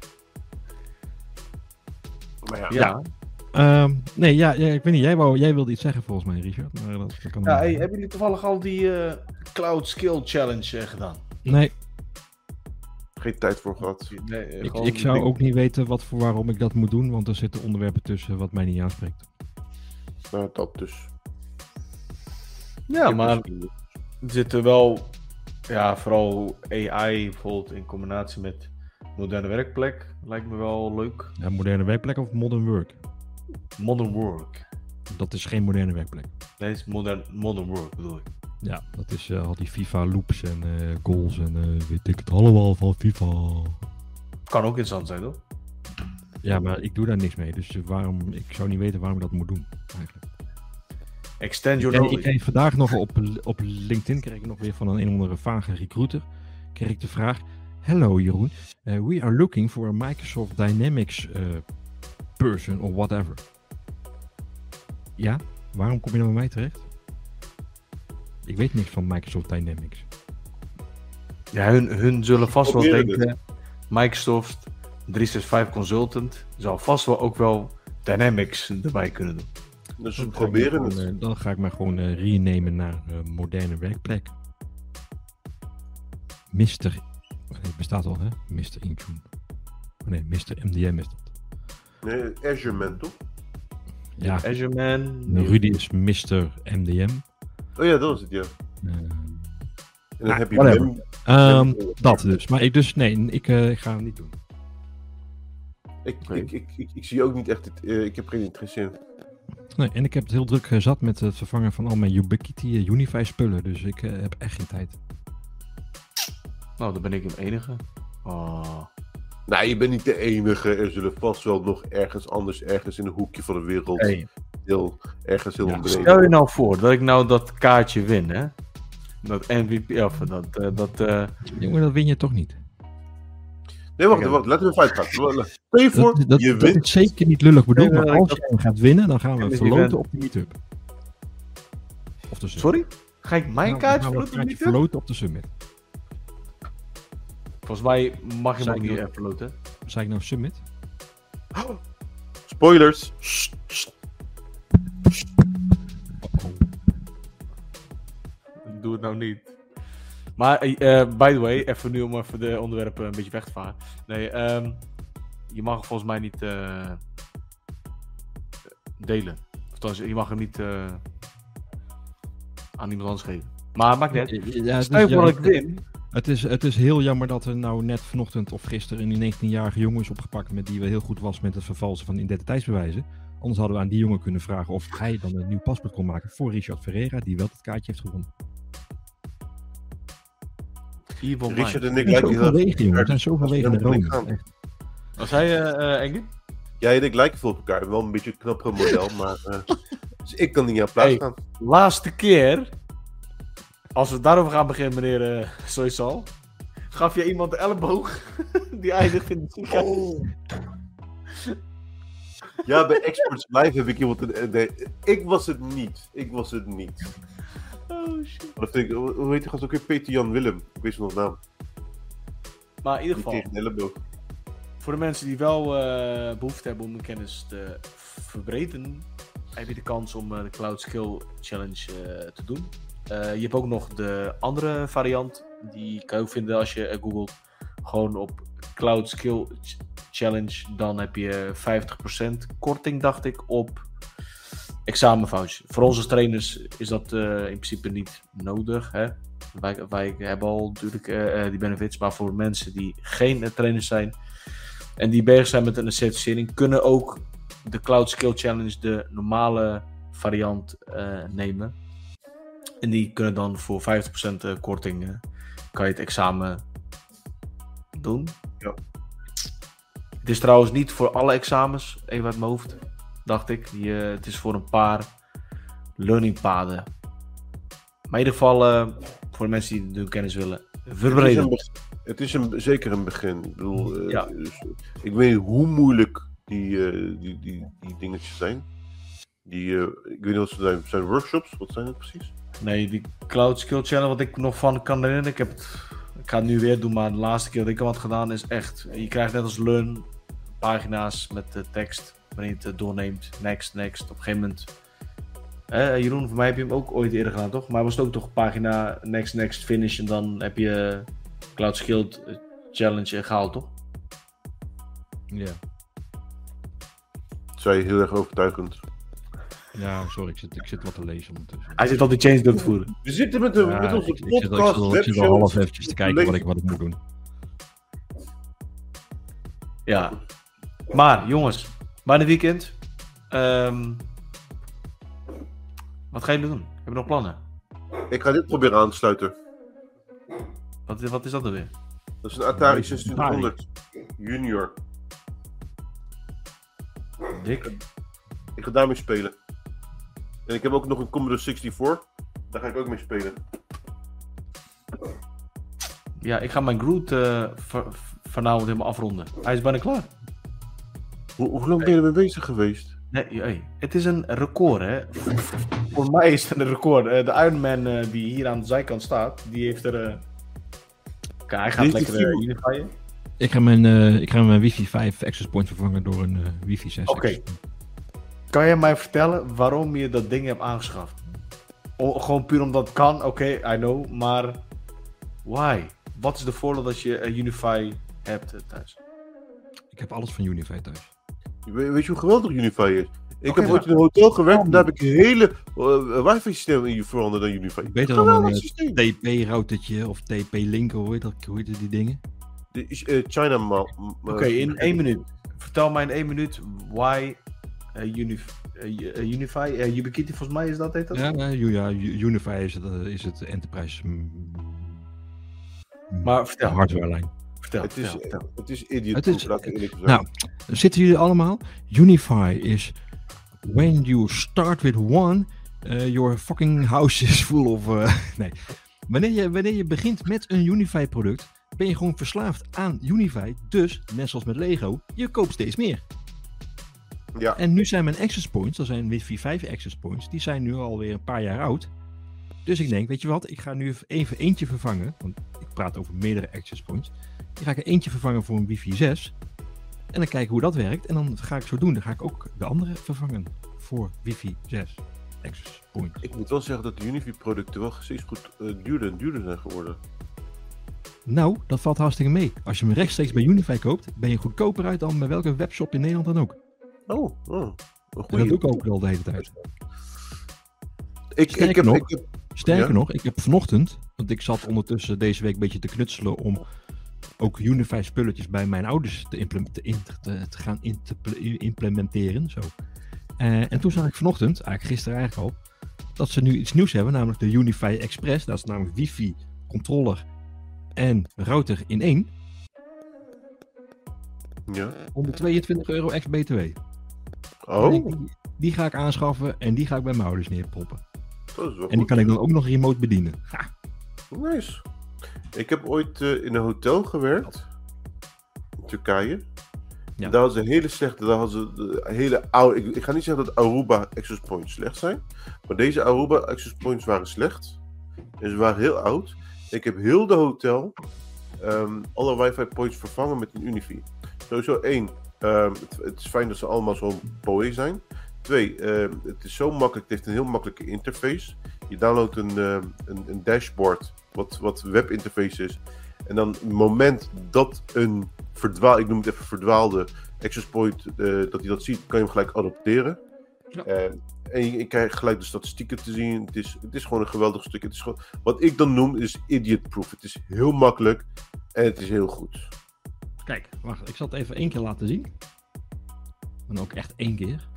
Maar ja. Ja. Uh, nee, ja, ja, ik weet niet. Jij, wou, jij wilde iets zeggen volgens mij, Richard. Maar dat, dat kan Ja, niet. hey, hebben jullie toevallig al die uh, Cloud Skill Challenge uh, gedaan? Nee, Geen tijd voor gehad. Nee, uh, ik, gewoon ik zou ding- ook niet weten wat voor waarom ik dat moet doen. Want er zitten onderwerpen tussen wat mij niet aanspreekt. Nou, dat dus. Ja, maar er zitten wel... Ja, vooral A I bijvoorbeeld in combinatie met moderne werkplek. Lijkt me wel leuk. Ja, moderne werkplek of modern work? Modern work. Dat is geen moderne werkplek. Nee, het is modern, modern work bedoel ik. Ja, dat is uh, al die FIFA loops en uh, goals en uh, weet ik het allemaal van FIFA. Kan ook interessant zijn, toch? Ja, maar ik doe daar niks mee. Dus waarom, ik zou niet weten waarom ik dat moet doen, eigenlijk. Extend your ik, knowledge. Ik kreeg vandaag nog op, op LinkedIn, kreeg ik nog weer van een een of andere vage recruiter, kreeg ik de vraag, hello Jeroen, uh, we are looking for a Microsoft Dynamics uh, person or whatever. Ja, waarom kom je nou bij mij terecht? Ik weet niks van Microsoft Dynamics. Ja, hun, hun zullen vast wel Proberen denken, het. Microsoft driehonderdzesenzestig Consultant zal vast wel ook wel Dynamics erbij kunnen doen. Dus ze Dan ga ik proberen me het. gewoon, uh, dan ga ik me gewoon uh, renemen naar een uh, moderne werkplek. mister Nee, het bestaat al, hè? mister Intune. Oh, nee, mister M D M is dat. Nee, Azure Man, toch? Ja, Azure Man. Rudy is mister M D M. Oh ja, dat is het, ja. Uh, En dan Ah, heb je whatever. Mem. um, dat dus. Maar ik dus, nee, ik, uh, ik ga hem niet doen. Ik, Nee. ik, ik, ik, ik zie ook niet echt, het, uh, ik heb geen interesse in. Nee, en ik heb het heel druk uh, zat met het vervangen van al mijn Ubiquiti uh, Unify spullen. Dus ik uh, heb echt geen tijd. Nou, dan ben ik de enige. Oh. Nou, je bent niet de enige. Er zullen vast wel nog ergens anders, ergens in een hoekje van de wereld, Hey, heel, ergens heel Ja, onbeleefd. stel je nou voor dat ik nou dat kaartje win, hè? Dat M V P, of dat... Uh, dat uh... Jongen, dat win je toch niet? Nee, wacht, wacht, laten we een fight gaan. Stel je voor, Dat, dat, je dat wint. is zeker niet lullig bedoeld, Nee, maar nee, als dat- jij hem gaat winnen, dan gaan we Ja, hem met die verloten vent. op de meetup. Of de summit. Sorry? Ga ik mijn Nou, kaartje dan gaan we verloten? het kaartje verloten op de summit. Volgens mij mag je hem Zei ook ik niet nou- echt verloten. Zei ik nou summit? Spoilers. Sst, sst. Oh. Doe het nou niet. Maar, eh, by the way, even nu om even de onderwerpen een beetje weg te varen. Nee, ehm, je mag volgens mij niet eh, delen. Althans, je mag hem niet eh, aan iemand anders geven. Maar maakt niet uit. Ja, Stel je dus, voor ja, dat ik win. het, is, het is heel jammer dat er nou net vanochtend of gisteren een negentienjarige jongen is opgepakt met die wel heel goed was met het vervalsen van identiteitsbewijzen. Anders hadden we aan die jongen kunnen vragen of hij dan een nieuw paspoort kon maken voor Richard Ferreira, die wel het kaartje heeft gewonnen. Evil Richard Mind. en ik Er zijn lijken heel zoveel erg- wegen, jongen. Er zijn zoveel wegen naar Ja, moet ik Rome. gaan. Echt. Wat zei je, uh, Engel? Jij en ik lijken veel op elkaar. Wel een beetje een knappere model, maar... uh, dus ik kan niet aan plaats Hey. gaan. Laatste keer, als we daarover gaan beginnen, meneer uh, Soysal, gaf je iemand de elleboog die eindigt in het ziekenhuis. Oh. Ja, bij Experts Live heb ik iemand... Een, nee, ik was het niet. Ik was het niet. Oh shit. Dat vind ik, hoe hoe heet die gast ook weer? Peter Jan Willem. Ik weet nog de naam. Maar in ieder Die geval, kreeg een elleboog. voor de mensen die wel uh, behoefte hebben om hun kennis te verbreden, heb je de kans om uh, de Cloud Skill Challenge uh, te doen. Uh, je hebt ook nog de andere variant, die kan je ook vinden als je uh, googelt. Gewoon op Cloud Skill Ch- Challenge, dan heb je vijftig procent korting, dacht ik, op examenvouchers. Voor ons als trainers is dat uh, in principe niet nodig. Hè? Wij, wij hebben al natuurlijk uh, uh, die benefits, maar voor mensen die geen uh, trainers zijn en die bezig zijn met een certificering, kunnen ook de Cloud Skill Challenge, de normale variant, uh, nemen. En die kunnen dan voor vijftig procent korting, uh, kan je het examen doen. Ja. Het is trouwens niet voor alle examens, even uit mijn hoofd, dacht ik. Je, het is voor een paar learningpaden. Maar in ieder geval, uh, voor de mensen die de kennis willen Het is, verbreden. een, be- het is een, zeker een begin. Ik bedoel, uh, Ja. dus, ik weet niet hoe moeilijk die, uh, die, die, die dingetjes zijn. Die, uh, ik weet niet wat ze zijn. Zijn workshops? Wat zijn het precies? Nee, die Cloud Skill Channel, wat ik nog van kan herinneren, ik heb het, ik ga het nu weer doen, maar de laatste keer dat ik hem had gedaan is echt, je krijgt net als Learn pagina's met de tekst, wanneer je het uh, doorneemt, next, next, op een gegeven moment. Eh, Jeroen, voor mij heb je hem ook ooit eerder gedaan, toch? Maar was het ook toch pagina next, next, finish en dan heb je Cloud Skill Challenge gehaald, toch? Ja. Dat zei je heel erg overtuigend. Ja, sorry, ik zit, ik zit wat te lezen ondertussen. Hij zit al die change door te voeren. We zitten met, de, Ja, met onze ik, ik, zit, al- ik, podcast, zit al- ik zit al webshows, half eventjes te kijken wat ik, wat ik moet doen. Ja. Maar, jongens, bijna weekend. Um, wat ga je doen? Heb je nog plannen? Ik ga dit proberen aan te sluiten. Wat, wat is dat dan weer? Dat is een Atari zesentwintighonderd Junior. Dik. Ik ga daarmee spelen. En ik heb ook nog een Commodore zesenzestig. Daar ga ik ook mee spelen. Ja, ik ga mijn Groot uh, v- vanavond helemaal afronden. Hij is bijna klaar. Hoe, hoe lang ben je ermee bezig geweest? Nee, hey, het is een record, hè. Voor mij is het een record. Uh, de Iron Man uh, die hier aan de zijkant staat, die heeft er... Uh... Kijk, hij gaat Die- lekker die- uh, unifyen. Ik ga mijn, uh, ik ga mijn wifi vijf access point vervangen door een uh, wifi zes. Oké. access point. Kan je mij vertellen waarom je dat ding hebt aangeschaft? O, gewoon puur omdat het kan, oké, okay, I know, maar... Why? Wat is de voordeel dat je uh, Unify hebt uh, thuis? Ik heb alles van Unify thuis. We- Weet je hoe geweldig Unify is? Ik Oké, heb ooit nou. in een hotel gewerkt en daar heb ik een hele uh, wifi-systeem in veranderd dan Unify. Beter dan Geweldig een systeem. T P-routertje of T P-link, hoe heet dat? Hoe heet die dingen? Dit is uh, China ma- Oké, okay, in één minuut. Vertel mij in één minuut why uh, Unif- uh, Unify, uh, Ubiquiti volgens mij is dat, heet dat? Ja, uh, ja Unify is het, uh, is het enterprise mm, Maar vertel. hardwarelijn. Vertel, Het is, vertel, vertel. het is idiot. Het is- laat ik eerlijk zeggen. Nou, zitten jullie allemaal? Unify is when you start with one, uh, your fucking house is full of... Uh, nee. Wanneer je, wanneer je begint met een Unify product, ben je gewoon verslaafd aan Unify. Dus, net zoals met Lego, je koopt steeds meer. Ja. En nu zijn mijn access points, dat zijn wifi vijf access points, die zijn nu alweer een paar jaar oud. Dus ik denk, weet je wat, ik ga nu even eentje vervangen, want ik praat over meerdere access points. Die ga ik er eentje vervangen voor een wifi zes. En dan kijken hoe dat werkt. En dan ga ik zo doen, dan ga ik ook de andere vervangen voor wifi zes access points. Ik moet wel zeggen dat de Unify-producten wel steeds goed uh, duurder en duurder zijn geworden. Nou, dat valt hartstikke mee. Als je hem rechtstreeks bij Unify koopt, ben je goedkoper uit dan bij welke webshop in Nederland dan ook. Oh, oh. Een En goeie. dat doe ik ook al de hele tijd. Ik, Sterker ik, heb, nog- ik heb... Sterker Ja? nog, ik heb vanochtend, want ik zat ondertussen deze week een beetje te knutselen om ook Unify spulletjes bij mijn ouders te, implem- te, in- te, te gaan in- te ple- implementeren. Zo. Eh, en toen zag ik vanochtend, eigenlijk gisteren eigenlijk al, dat ze nu iets nieuws hebben, namelijk de Unify Express. Dat is namelijk wifi, controller en router in één. Ja. honderdtweeëntwintig euro ex-B T W. Oh, Die, die ga ik aanschaffen en die ga ik bij mijn ouders neerproppen. dat is wel En die goed. kan ik dan ook nog remote bedienen. Ha, Nice. Ik heb ooit uh, in een hotel gewerkt. In Turkije. Ja. Daar hadden ze hele slechte, daar hadden ze de hele oude... Ik, ik ga niet zeggen dat Aruba access points slecht zijn. Maar deze Aruba access points waren slecht. En ze waren heel oud. Ik heb heel de hotel um, alle wifi points vervangen met een Unify. Sowieso één. Um, het, het is fijn dat ze allemaal zo'n P O E zijn. Twee, um, het is zo makkelijk. Het heeft een heel makkelijke interface. Je downloadt een, um, een, een dashboard wat, wat webinterface is. En dan het moment dat een verdwaal, ik noem het even verdwaalde access point, uh, dat hij dat ziet, kan je hem gelijk adopteren. Ja. Uh, en je, je krijgt gelijk de statistieken te zien. Het is, het is gewoon een geweldig stuk. Het is gewoon, wat ik dan noem is idiot-proof. Het is heel makkelijk en het is heel goed. kijk, wacht, ik zal het even één keer laten zien. En ook echt één keer.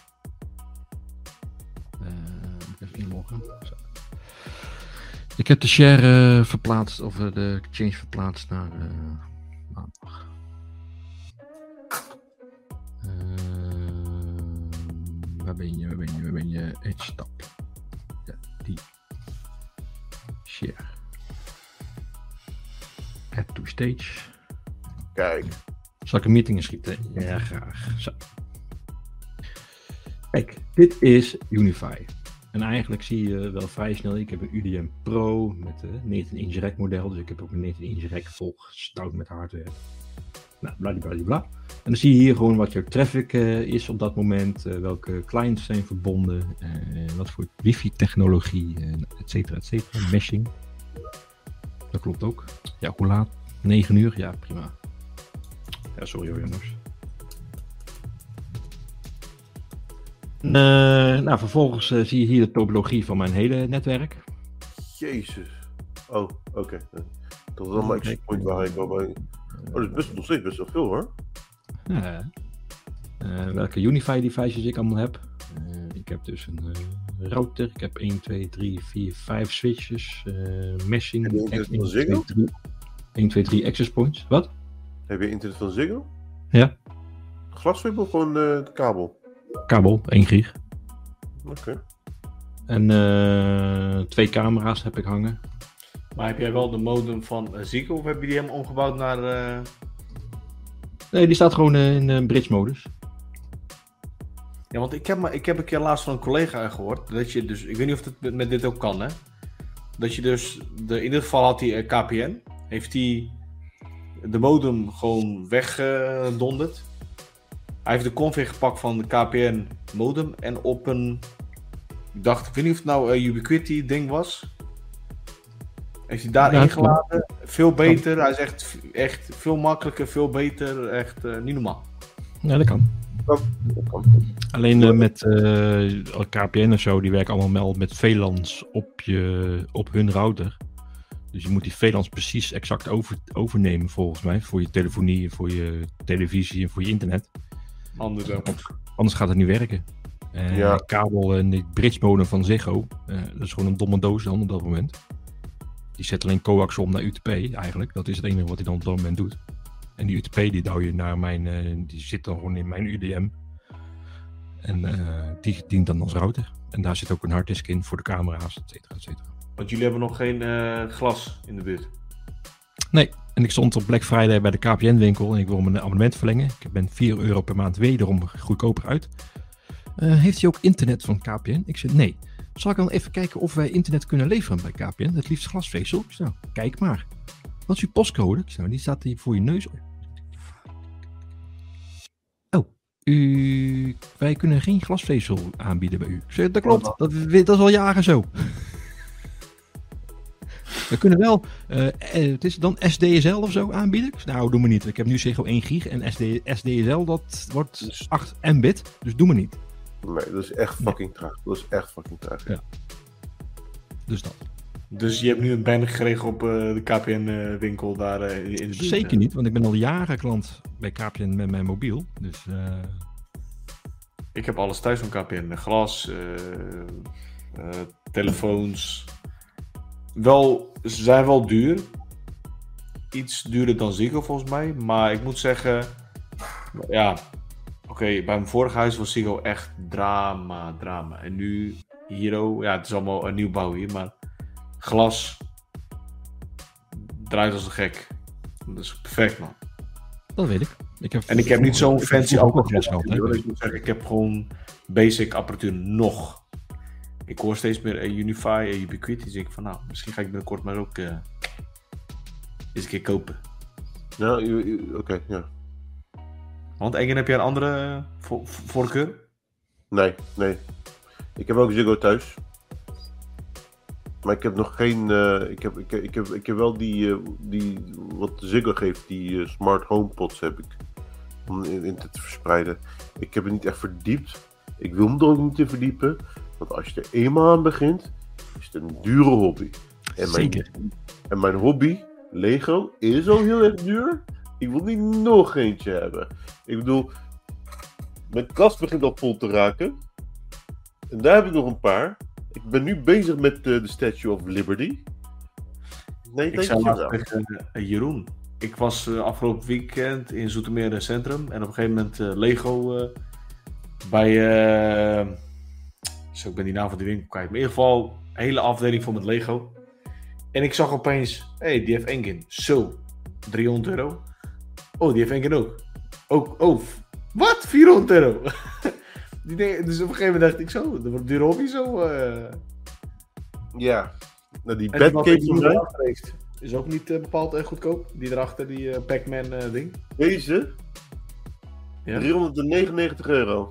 Uh, moet ik even inloggen. Zo. Ik heb de share uh, verplaatst, of uh, de change verplaatst naar uh, maandag. Uh, waar ben je, waar ben je, waar ben je? Edge stap. Ja, die. Share. Add to stage. Kijk. Zal ik een meeting inschieten? Ja, graag. Zo. Kijk, dit is Unify. En eigenlijk zie je wel vrij snel, ik heb een U D M Pro met een negentien inch rack model, dus ik heb ook een negentien inch rack vol stout met hardware. Nou, bladibladibla. En dan zie je hier gewoon wat je traffic uh, is op dat moment, uh, welke clients zijn verbonden, uh, wat voor wifi technologie, uh, et cetera, et cetera, meshing. Dat klopt ook. Ja, hoe laat? negen uur? Ja, prima. Ja, sorry hoor jongens. Uh, nou, vervolgens uh, zie je hier de topologie van mijn hele netwerk. Jezus. Oh, oké. Okay. Dat is allemaal Oké. access point waar ik wel bij... Oh, dat is best, nog steeds best wel veel hoor. Ja. Uh, welke Unify devices ik allemaal heb. Uh, ik heb dus een uh, router. Ik heb één, twee, drie, vier, vijf switches. Uh, meshing. Heb je internet van Ziggo? één, twee, drie access points. Wat? Heb je internet van Ziggo? Ja. Glasvezel of gewoon uh, kabel? Kabel, één gig. Oké. Okay. En uh, twee camera's heb ik hangen. Maar heb jij wel de modem van uh, Ziggo of heb je die helemaal omgebouwd naar... Uh... Nee, die staat gewoon uh, in uh, bridge modus. Ja, want ik heb, maar, ik heb een keer laatst van een collega gehoord, dat je dus, ik weet niet of het met dit ook kan, hè. Dat je dus, de, in ieder geval had hij uh, K P N, heeft hij de modem gewoon weggedonderd. Uh, hij heeft de config gepakt van de K P N modem en op een, ik dacht, ik weet niet of het nou een Ubiquiti ding was. Heeft hij daar ja, ingeladen, veel beter, hij is echt, echt veel makkelijker, veel beter, echt uh, niet normaal. Ja, dat kan. Oh, dat kan. Alleen uh, met uh, K P N en zo, die werken allemaal wel met V LANs op, je, op hun router. Dus je moet die V LANs precies exact over, overnemen volgens mij. Voor je telefonie, voor je televisie en voor je internet. Anders ook. Anders gaat het niet werken. En ja. De kabel en de bridge modem van Ziggo, uh, dat is gewoon een domme doos dan op dat moment. Die zet alleen coax om naar U T P eigenlijk. Dat is het enige wat hij dan op dat moment doet. En die U T P die douw je naar mijn, uh, die zit dan gewoon in mijn U D M. En uh, die dient dan als router. En daar zit ook een harddisk in voor de camera's, et cetera, et cetera. Want jullie hebben nog geen uh, glas in de buurt? Nee, en ik stond op Black Friday bij de K P N winkel en ik wil mijn abonnement verlengen. Ik ben vier euro per maand wederom goedkoper uit. Uh, heeft hij ook internet van K P N? Ik zei nee. Zal ik dan even kijken of wij internet kunnen leveren bij K P N? Het liefst glasvezel. Ik zei, nou, kijk maar. Wat is uw postcode? Ik zei, nou, die staat hier voor je neus. Oh, u, wij kunnen geen glasvezel aanbieden bij u. Ik zei, dat klopt. Dat, dat is al jaren zo. We kunnen wel, uh, het is dan S D S L of zo aanbieden. Ik zei, nou, doe me niet. Ik heb nu Ziggo één gig en S D S L dat wordt acht mbit. Dus doe me niet. Nee, dat is echt fucking traag. Dat is echt fucking traag. Ja. Dus dat. Dus je hebt nu een ban gekregen op uh, de K P N-winkel uh, daar uh, in de buurt? Zeker niet, want ik ben al jaren klant bij K P N met mijn mobiel. Dus, uh... ik heb alles thuis van K P N. Glas, uh, uh, telefoons. Wel, ze zijn wel duur. Iets duurder dan Ziggo volgens mij. Maar ik moet zeggen, ja... Oké, okay, bij mijn vorige huis was Ziggo echt drama, drama. En nu Hero, ja, het is allemaal een nieuwbouw hier, maar glas draait als een gek. Dat is perfect, man. Dat weet ik. ik heb en ik heb niet zo'n fancy apparatuur. Gehad, ik, moet zeggen, ik heb gewoon basic apparatuur nog. Ik hoor steeds meer uh, Unify en Ubiquiti. Dus ik van, nou, misschien ga ik binnenkort maar ook uh, eens een keer kopen. Ja, oké, okay, ja. Want Engen, heb jij een andere vo- voorkeur? Nee, nee. Ik heb ook Ziggo thuis. Maar ik heb nog geen... Uh, ik, heb, ik, ik, heb, ik heb wel die, uh, die... Wat Ziggo geeft, die uh, smart homepods heb ik. Om in, in te verspreiden. Ik heb het niet echt verdiept. Ik wil me er ook niet in verdiepen. Want als je er eenmaal aan begint, is het een dure hobby. En mijn, Zeker. En mijn hobby, Lego, is al heel erg duur. Ik wil niet nog eentje hebben. Ik bedoel, mijn kast begint al vol te raken. En daar heb ik nog een paar. Ik ben nu bezig met uh, de Statue of Liberty. Nee, ik zou maar zeggen, uh, Jeroen. Ik was uh, afgelopen weekend in Zoetermeer Centrum. En op een gegeven moment uh, Lego uh, bij... Uh, zo, ik ben die naam van die winkel kwijt. Maar in ieder geval, een hele afdeling vol met Lego. En ik zag opeens, hé, hey, die heeft Engen. Zo, driehonderd euro. Oh, die heeft Engen ook. Ook, oh, wat? vierhonderd euro? Die denk, dus op een gegeven moment dacht ik zo, dat wordt duur hobby zo. Uh... Ja, nou die Batcave van mij is ook niet uh, bepaald uh, goedkoop. Die erachter, die uh, Pac-Man uh, ding. Deze? Ja? driehonderdnegenennegentig euro.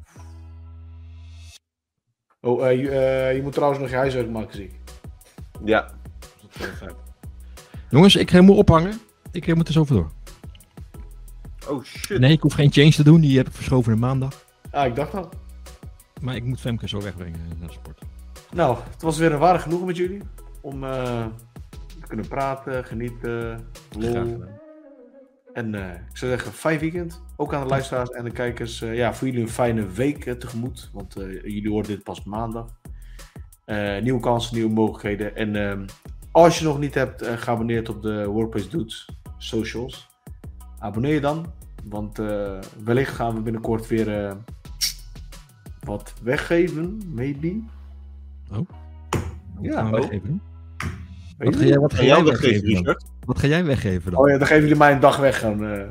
Oh, uh, je, uh, je moet trouwens nog je huiswerk maken, zie ik. Ja. Dat is uh, Jongens, ik moet ophangen. Ik moet er zo door. Oh shit. Nee, ik hoef geen change te doen. Die heb ik verschoven naar maandag. Ah, ik dacht al. Maar ik moet Femke zo wegbrengen naar de sport. Nou, het was weer een ware genoegen met jullie. Om uh, te kunnen praten, genieten, lol. En uh, ik zou zeggen, fijn weekend. Ook aan de luisteraars en de kijkers. Uh, ja, voor jullie een fijne week uh, tegemoet. Want uh, jullie horen dit pas maandag. Uh, nieuwe kansen, nieuwe mogelijkheden. En uh, als je nog niet hebt uh, geabonneerd op de Workplace Dudes socials, abonneer je dan. Want uh, wellicht gaan we binnenkort weer uh, wat weggeven, maybe. Oh? Ja, oh. Weggeven? Wat ga jij, wat ga jij weggeven, weggeven dan? Wat ga jij weggeven dan? Oh ja, dan geven jullie mij een dag weg gaan. Uh.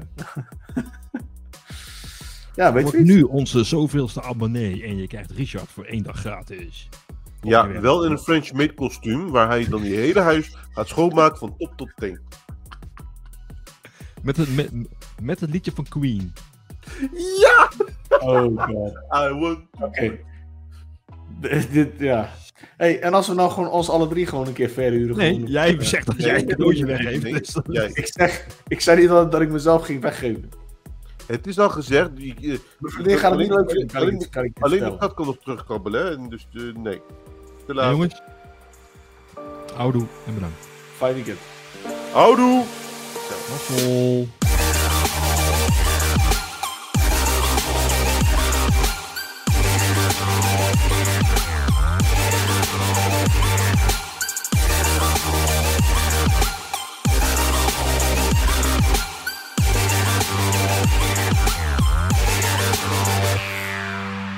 Ja, weet je Word nu onze zoveelste abonnee en je krijgt Richard voor één dag gratis. Ja, wel in een French maid kostuum, waar hij dan je hele huis gaat schoonmaken van top tot teen. Met het, met, met het liedje van Queen. Ja! Oh god. I want... Oké. Okay. Dit, ja. Hey, en als we nou gewoon ons alle drie gewoon een keer verhuren. Nee, gewoon, jij uh, zegt dat nee, jij nee, een cadeautje nee, weggeeft. nee, Dus nee. ik, zeg, ik zei niet dat, dat ik mezelf ging weggeven. Het is al gezegd. Die, uh, Mijn vriendin gaat het niet leuk vinden. Kan alleen, ik, kan ik alleen de kat kan nog terugkrabbelen, hè? En dus uh, nee. Te laat. Hey, jongens. Houdoe en bedankt. Fijn weekend. Houdoe! Mazzel.